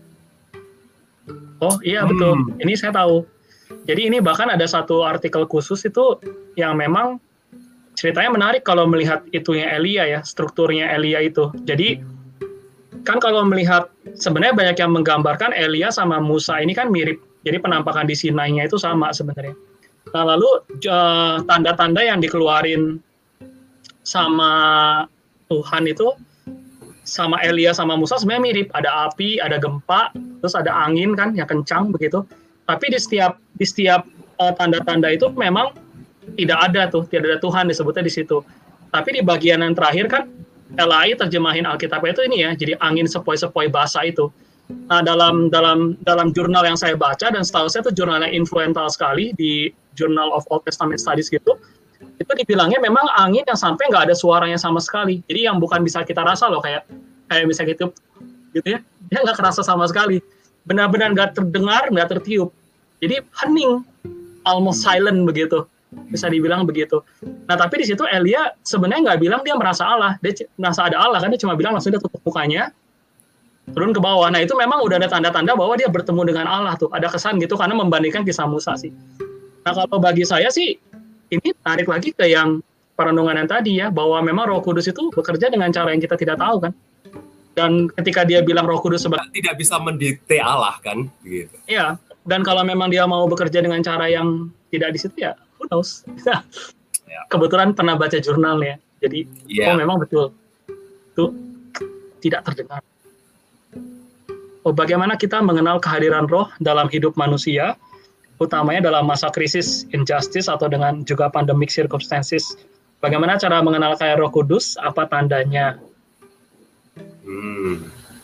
A: Oh iya betul,
B: Hmm.
A: ini saya tahu. Jadi ini bahkan ada satu artikel khusus itu yang memang ceritanya menarik kalau melihat itunya Elia ya, strukturnya Elia itu. Jadi kan kalau melihat sebenarnya banyak yang menggambarkan Elia sama Musa ini kan mirip. Jadi penampakan di Sinai-nya itu sama sebenarnya. Nah lalu uh, tanda-tanda yang dikeluarin sama Tuhan itu sama Elia sama Musa sebenarnya mirip. Ada api, ada gempa, terus ada angin kan yang kencang begitu. Tapi di setiap di setiap uh, tanda-tanda itu memang tidak ada tuh, tidak ada Tuhan disebutnya di situ. Tapi di bagian yang terakhir kan L A I terjemahin Alkitabnya itu ini ya, jadi angin sepoi-sepoi basah itu. Nah, dalam dalam dalam jurnal yang saya baca dan setahu saya itu jurnal yang influential sekali di Journal of Old Testament Studies gitu, itu dibilangnya memang angin yang sampai nggak ada suaranya sama sekali. Jadi yang bukan bisa kita rasa loh kayak kayak bisa gitu gitu ya, dia nggak kerasa sama sekali. Benar-benar nggak terdengar, nggak tertiup. Jadi hening, almost silent begitu. Bisa dibilang begitu. Nah tapi di situ Elia sebenarnya nggak bilang dia merasa Allah, dia merasa ada Allah kan, dia cuma bilang langsung dia tutup mukanya, turun ke bawah. Nah itu memang udah ada tanda-tanda bahwa dia bertemu dengan Allah tuh, ada kesan gitu karena membandingkan kisah Musa sih. Nah kalau bagi saya sih ini tarik lagi ke yang perenungan yang tadi ya, bahwa memang Roh Kudus itu bekerja dengan cara yang kita tidak tahu kan. Dan ketika dia bilang Roh Kudus sebagai
B: Tidak bisa mendikte Allah kan, gitu.
A: iya, dan kalau memang dia mau bekerja dengan cara yang tidak di situ ya who knows. Kebetulan pernah baca jurnalnya, jadi
B: Yeah.
A: oh memang betul itu tidak terdengar. Oh bagaimana kita mengenal kehadiran roh dalam hidup manusia, utamanya dalam masa krisis, injustice atau dengan juga pandemic circumstances. Bagaimana cara mengenal kayak Roh Kudus? Apa tandanya?
B: Hmm.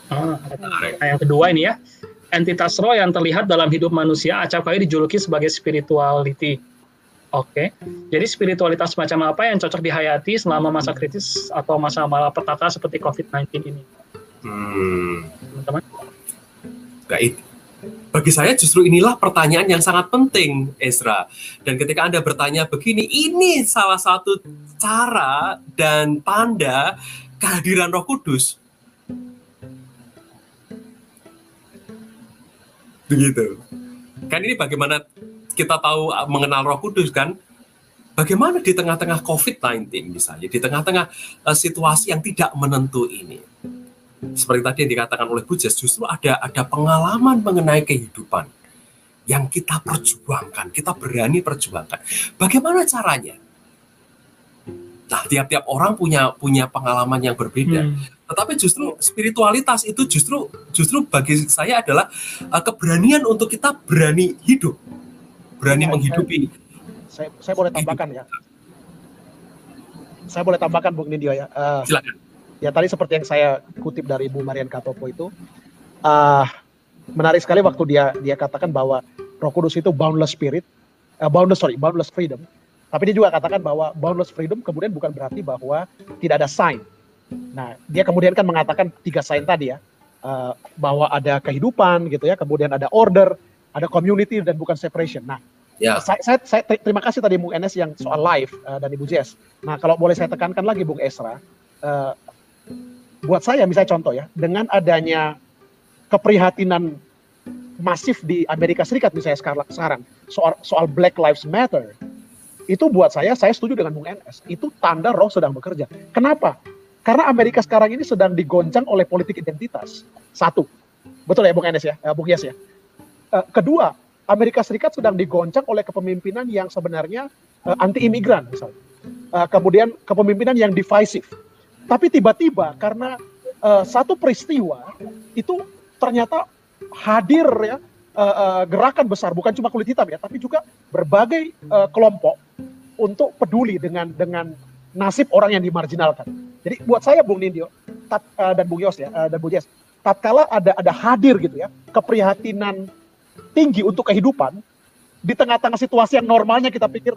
A: Ah, nah, yang kedua ini ya, entitas roh yang terlihat dalam hidup manusia acap kali dijuluki sebagai spirituality. Oke, jadi spiritualitas macam apa yang cocok dihayati selama masa kritis atau masa malapetaka seperti covid sembilan belas ini?
B: Hmm.
A: Teman-teman?
B: Baik. Bagi saya justru inilah pertanyaan yang sangat penting, Ezra. Dan ketika Anda bertanya begini, ini salah satu cara dan tanda kehadiran Roh Kudus. Begitu. Kan ini bagaimana kita tahu mengenal Roh Kudus kan? Bagaimana di tengah-tengah covid sembilan belas misalnya, di tengah-tengah uh, situasi yang tidak menentu ini. Seperti tadi yang dikatakan oleh Bu Jess, justru ada ada pengalaman mengenai kehidupan yang kita perjuangkan, kita berani perjuangkan. Bagaimana caranya? Nah, tiap-tiap orang punya punya pengalaman yang berbeda. Hmm. Tetapi justru spiritualitas itu justru justru bagi saya adalah uh, keberanian untuk kita berani hidup, berani ya, menghidupi.
C: Saya, saya boleh tambahkan ya. Saya boleh tambahkan Bung Nindyo ya. Uh,
B: Silakan.
C: Ya tadi seperti yang saya kutip dari Bu Marian Katopo itu, uh, menarik sekali waktu dia dia katakan bahwa Roh Kudus itu boundless spirit, uh, boundless sorry, boundless freedom. Tapi dia juga katakan bahwa boundless freedom kemudian bukan berarti bahwa tidak ada sign. Nah, dia kemudian kan mengatakan tiga sign tadi ya, uh, bahwa ada kehidupan gitu ya, kemudian ada order, ada community dan bukan separation. Nah, ya. saya, saya, saya terima kasih tadi Bung Enes yang soal live uh, dan Ibu Jess. Nah, kalau boleh saya tekankan lagi Bung Ezra, uh, buat saya misalnya contoh ya, dengan adanya keprihatinan masif di Amerika Serikat misalnya sekarang soal soal Black Lives Matter, itu buat saya, saya setuju dengan Bung Enes, itu tanda roh sedang bekerja. Kenapa? Karena Amerika sekarang ini sedang digoncang oleh politik identitas. Satu, betul ya Bung Enes ya, uh, Bung Yes ya. Uh, kedua, Amerika Serikat sedang digoncang oleh kepemimpinan yang sebenarnya uh, anti-imigran misalnya. Uh, kemudian kepemimpinan yang divisive. Tapi tiba-tiba karena uh, satu peristiwa itu ternyata hadir ya uh, uh, gerakan besar, bukan cuma kulit hitam ya, tapi juga berbagai uh, kelompok untuk peduli dengan dengan nasib orang yang dimarginalkan. Jadi buat saya Bung Nindyo tat, uh, dan Bung Yos ya uh, dan Bung Jess, tatkala ada ada hadir gitu ya keprihatinan tinggi untuk kehidupan di tengah-tengah situasi yang normalnya kita pikir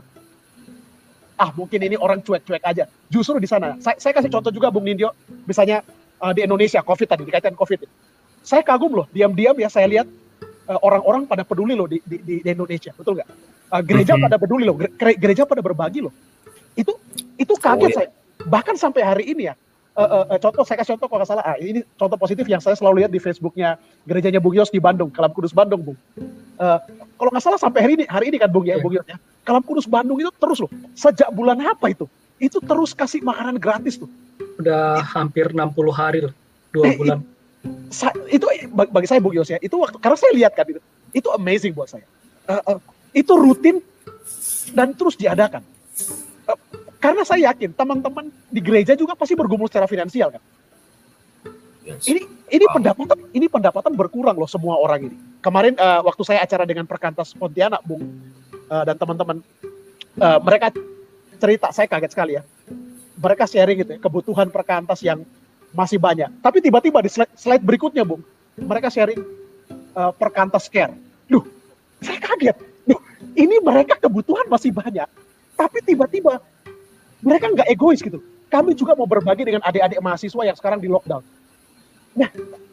C: ah mungkin ini orang cuek-cuek aja. Justru di sana, saya, saya kasih contoh juga Bung Nindyo, misalnya uh, di Indonesia COVID tadi, dikaitkan COVID. Saya kagum loh, diam-diam ya saya lihat uh, orang-orang pada peduli loh di, di, di Indonesia, betul nggak? Uh, gereja mm-hmm. pada peduli loh, gereja pada berbagi loh. Itu itu kaget oh, ya. saya. Bahkan sampai hari ini ya, uh, uh, uh, contoh saya kasih contoh kalau nggak salah, ah, ini contoh positif yang saya selalu lihat di Facebooknya gerejanya Bung Yos di Bandung, Kalam Kudus Bandung, Bung. Uh, kalau nggak salah sampai hari ini, hari ini kan Bung ya, yeah. Bung Yos ya. Kalam Kudus Bandung itu terus loh, sejak bulan apa itu? Itu terus kasih makanan gratis tuh.
A: Udah hampir enam puluh hari loh, dua eh, bulan.
C: Itu, itu bagi saya Bung Yos ya, itu waktu, karena saya lihat kan itu, itu amazing buat saya. Uh, uh, itu rutin dan terus diadakan. Uh, karena saya yakin teman-teman di gereja juga pasti bergumul secara finansial kan. Yes. Ini ini wow. pendapatan ini pendapatan berkurang loh semua orang ini. Kemarin uh, waktu saya acara dengan Perkantas Pontianak, Bung uh, dan teman-teman, uh, mereka cerita, saya kaget sekali ya. Mereka sharing gitu ya, kebutuhan Perkantas yang masih banyak. Tapi tiba-tiba di slide, slide berikutnya, Bung, mereka sharing uh, Perkantas Care. Duh, saya kaget. Duh, ini mereka kebutuhan masih banyak. Tapi tiba-tiba mereka nggak egois gitu. Kami juga mau berbagi dengan adik-adik mahasiswa yang sekarang di lockdown. Nah,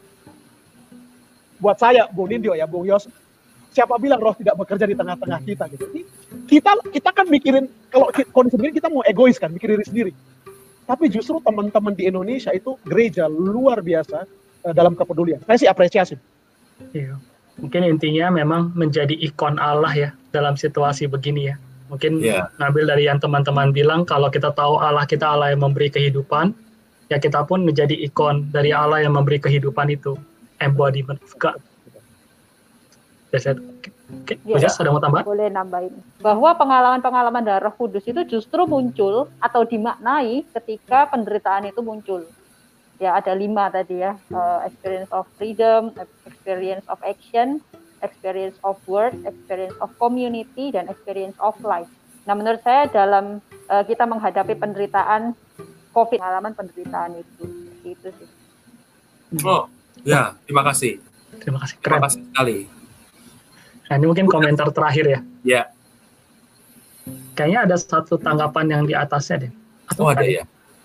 C: buat saya, Bung Nindyo ya, Bung Yos, siapa bilang roh tidak bekerja di tengah-tengah kita gitu. Kita kita kan mikirin, kalau kondisi begini kita mau egois kan, mikirin diri sendiri. Tapi justru teman-teman di Indonesia itu gereja luar biasa uh, dalam kepedulian. Saya sih apresiasi.
A: Iya. Mungkin intinya memang menjadi ikon Allah ya dalam situasi begini ya. Mungkin yeah. ngambil dari yang teman-teman bilang, kalau kita tahu Allah kita Allah yang memberi kehidupan, ya kita pun menjadi ikon dari Allah yang memberi kehidupan itu. Embodiment of God. Oke,
D: ya, ada mau tambah? Boleh nambahin. Bahwa pengalaman-pengalaman dari Roh Kudus itu justru muncul atau dimaknai ketika penderitaan itu muncul. Ya, ada lima tadi ya. Uh, experience of freedom, experience of action, experience of word, experience of community, dan experience of life. Nah, menurut saya dalam uh, kita menghadapi penderitaan COVID, pengalaman penderitaan itu, itu sih.
B: Oh, Ya, terima kasih.
A: Terima kasih.
B: Terima
A: Keren.
B: kasih sekali.
A: Nah, ini mungkin komentar terakhir ya.
B: Ya.
A: Kayaknya ada satu tanggapan yang di atasnya deh. Atau
B: Oh, ada
A: tadi?
B: ya.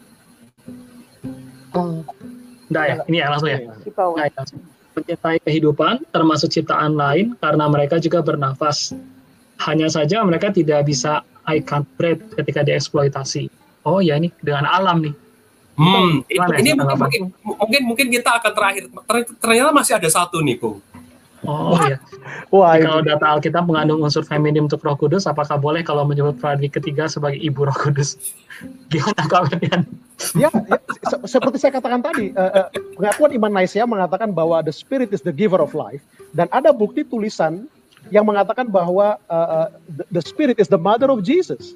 A: Oh, enggak ya. Ini ya langsung ya.
D: Di bawah.
A: Nah, ya. Mencintai kehidupan termasuk ciptaan lain karena mereka juga bernafas. Hanya saja mereka tidak bisa I can't breathe ketika dieksploitasi. Oh ya, ini dengan alam nih.
B: Hmm, ini,
A: Gimana ya
B: ini mungkin,
A: tanggapan?
B: mungkin mungkin mungkin kita akan terakhir. Ter- Ternyata masih ada satu nih, Kung.
A: Oh iya.
C: Wah,
A: Jadi kalau
C: ini.
A: data Alkitab mengandung unsur feminim untuk Roh Kudus, apakah boleh kalau menyebut pribadi ketiga sebagai ibu Roh Kudus? Gimana kalian?
C: Ya, ya se- seperti saya katakan tadi, uh, uh, pengakuan iman Nicaea mengatakan bahwa the Spirit is the giver of life, dan ada bukti tulisan yang mengatakan bahwa uh, uh, the, the Spirit is the mother of Jesus.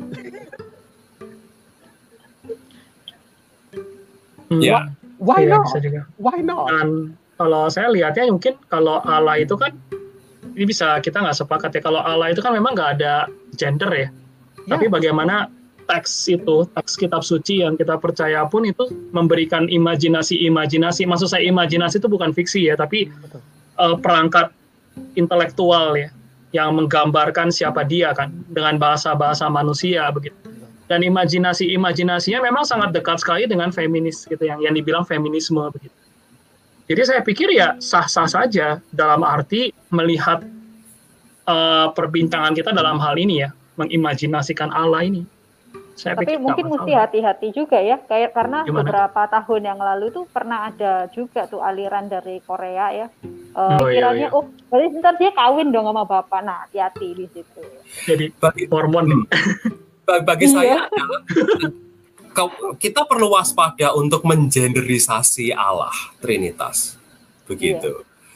A: Hmm,
B: Ya.
C: Why
A: iya,
C: not?
A: bisa juga.
C: Why not?
A: Dan kalau saya lihatnya mungkin kalau Allah itu kan, ini bisa kita nggak sepakat ya, kalau Allah itu kan memang nggak ada gender ya.
C: Ya.
A: Tapi bagaimana teks itu, teks kitab suci yang kita percaya pun itu memberikan imajinasi-imajinasi. Maksud saya imajinasi itu bukan fiksi ya, tapi
C: Betul.
A: uh, perangkat intelektual ya, yang menggambarkan siapa dia kan, dengan bahasa-bahasa manusia begitu. Dan imajinasi-imajinasinya memang sangat dekat sekali dengan feminis gitu, yang yang dibilang feminisme begitu. Jadi saya pikir ya sah-sah saja dalam arti melihat uh, perbincangan kita dalam hal ini ya, mengimajinasikan Allah ini. Saya
D: Tapi
A: pikir
D: mungkin
A: nggak
D: mesti
A: masalah.
D: hati-hati juga ya, kayak karena
A: Gimana?
D: beberapa tahun yang lalu tuh pernah ada juga tuh aliran dari Korea ya. Eh,
A: Oh, iya,
D: kiranya
A: iya.
D: oh, berarti ntar dia kawin dong sama bapak. Nah, hati-hati di situ.
A: Jadi
B: Bagi,
A: hormon
B: hmm, bagi- bagi
D: Iya.
B: saya adalah kau- kita perlu waspada untuk mengenderisasi Allah Trinitas, begitu.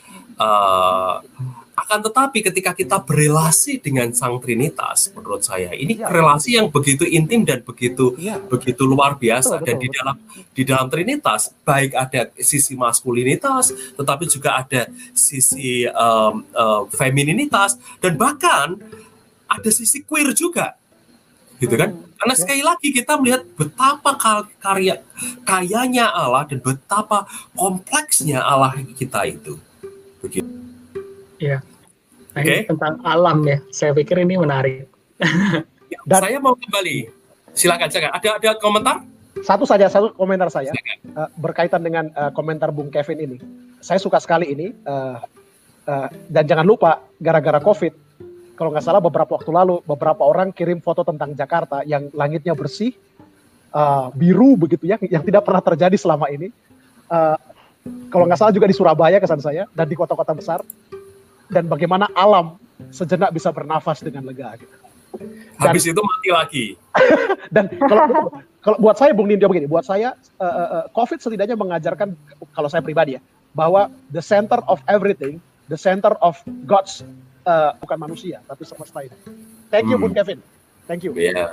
B: Eh, akan tetapi ketika kita berelasi dengan Sang Trinitas, menurut saya ini
C: Ya.
B: relasi yang begitu intim dan begitu
C: Ya.
B: begitu luar biasa.
C: Betul,
B: Dan
C: betul,
B: di dalam di dalam Trinitas baik ada sisi maskulinitas, tetapi juga ada sisi um, um, femininitas, dan bahkan ada sisi queer juga, gitu kan?
D: Hmm.
B: Karena
C: Ya.
B: sekali lagi kita melihat betapa kar- karya kayanya Allah dan betapa kompleksnya Allah kita itu. Begitu.
A: Iya. Nah,
B: Oke.
A: ini tentang alam ya. Saya pikir ini menarik.
C: Dan-
B: Saya mau kembali. Silakan, silakan. Ada ada komentar?
C: Satu saja, satu komentar saya
B: Silakan.
C: uh, berkaitan dengan uh, komentar Bung Kevin ini. Saya suka sekali ini, uh, uh, dan jangan lupa gara-gara COVID, kalau nggak salah beberapa waktu lalu beberapa orang kirim foto tentang Jakarta yang langitnya bersih, uh, biru begitu ya, yang tidak pernah terjadi selama ini. Uh, kalau nggak salah juga di Surabaya kesan saya, dan di kota-kota besar. Dan bagaimana alam sejenak bisa bernafas dengan lega. Gitu.
B: Habis itu mati lagi.
C: Dan kalau kalau buat saya Bung Nindyo begini, buat saya uh, uh, COVID setidaknya mengajarkan, kalau saya pribadi ya, bahwa the center of everything, the center of God's, uh, bukan manusia tapi semesta ini. Thank you
B: Hmm.
C: Bung Kevin, thank you.
B: Ya.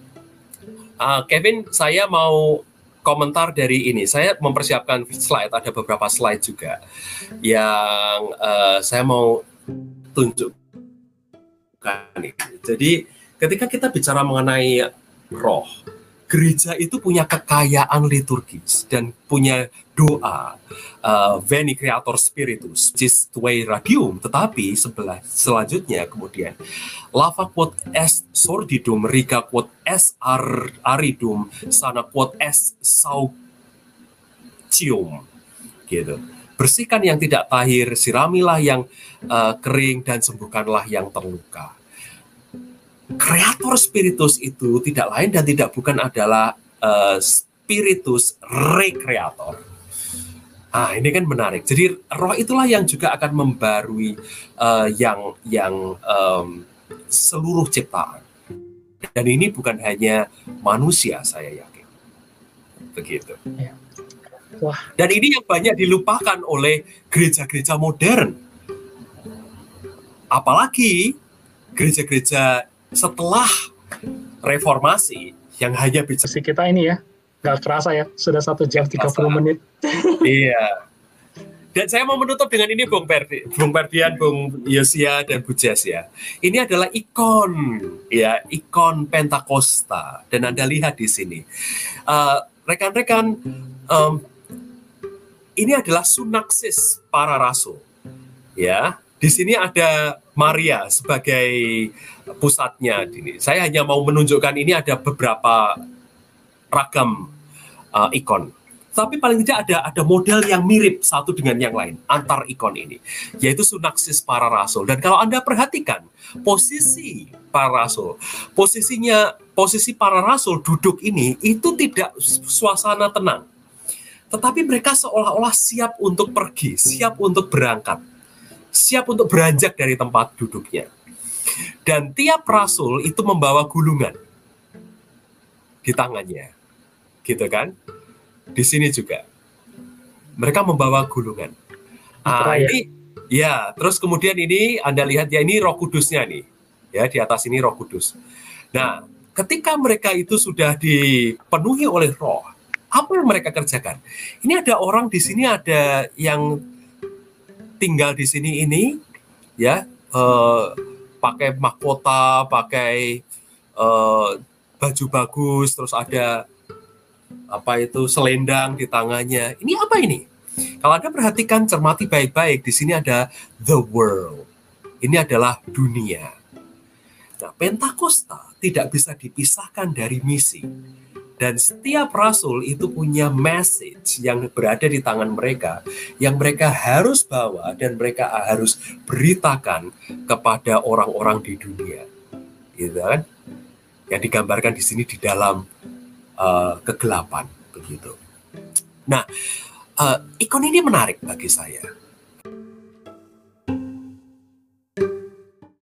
B: Ah, Kevin, saya mau komentar dari ini. Saya mempersiapkan slide, ada beberapa slide juga yang eh, saya mau tunjukkan. Jadi ketika kita bicara mengenai roh, gereja itu punya kekayaan liturgis dan punya doa uh, Veni Creator Spiritus, which is Tuae Radium. Tetapi sebelah selanjutnya kemudian Lava quod est sordidum, riga quod est ar, aridum, sana quod est saucium. Gitu. Bersihkan yang tidak tahir, siramilah yang uh, kering, dan sembuhkanlah yang terluka. Kreator Spiritus itu tidak lain dan tidak bukan adalah uh, Spiritus Recreator. Ah, ini kan menarik. Jadi roh itulah yang juga akan membarui uh, yang yang um, seluruh ciptaan. Dan ini bukan hanya manusia, saya yakin. Begitu.
A: Ya. Wah.
B: Dan ini yang banyak dilupakan oleh gereja-gereja modern. Apalagi gereja-gereja setelah reformasi yang hanya bicara.
A: Sesi kita ini ya, nggak kerasa ya, sudah satu jam tiga puluh menit.
B: Iya. Dan saya mau menutup dengan ini, Bung Perdi, Bung Perdian, Bung Yosia, dan Bu Jess ya. Ini adalah ikon, ya, ikon Pentakosta. Dan Anda lihat di sini, uh, rekan-rekan, um, ini adalah sunaksis para rasul. Ya, di sini ada Maria sebagai pusatnya. Saya hanya mau menunjukkan ini ada beberapa ragam uh, ikon. Tapi paling tidak ada ada model yang mirip satu dengan yang lain antar ikon ini, yaitu sunaksis para rasul. Dan kalau Anda perhatikan posisi para rasul, posisinya posisi para rasul duduk ini itu tidak suasana tenang, tetapi mereka seolah-olah siap untuk pergi, siap untuk berangkat, siap untuk beranjak dari tempat duduknya. Dan tiap rasul itu membawa gulungan di tangannya, gitu kan? Di sini juga mereka membawa gulungan. Ah, ini ya, terus kemudian ini Anda lihat ya, ini Roh Kudusnya nih. Ya, di atas ini Roh Kudus. Nah, ketika mereka itu sudah dipenuhi oleh Roh, apa yang mereka kerjakan? Ini ada orang di sini, ada yang tinggal di sini ini ya, eh, pakai mahkota, pakai eh, baju bagus, terus ada apa itu selendang di tangannya. Ini apa ini? Kalau Anda perhatikan, cermati baik-baik, di sini ada the world. Ini adalah dunia. Nah, Pentakosta tidak bisa dipisahkan dari misi. Dan setiap rasul itu punya message yang berada di tangan mereka, yang mereka harus bawa dan mereka harus beritakan kepada orang-orang di dunia. Gitu kan? Yang digambarkan di sini di dalam Uh, kegelapan begitu. Nah, uh, ikon ini menarik bagi saya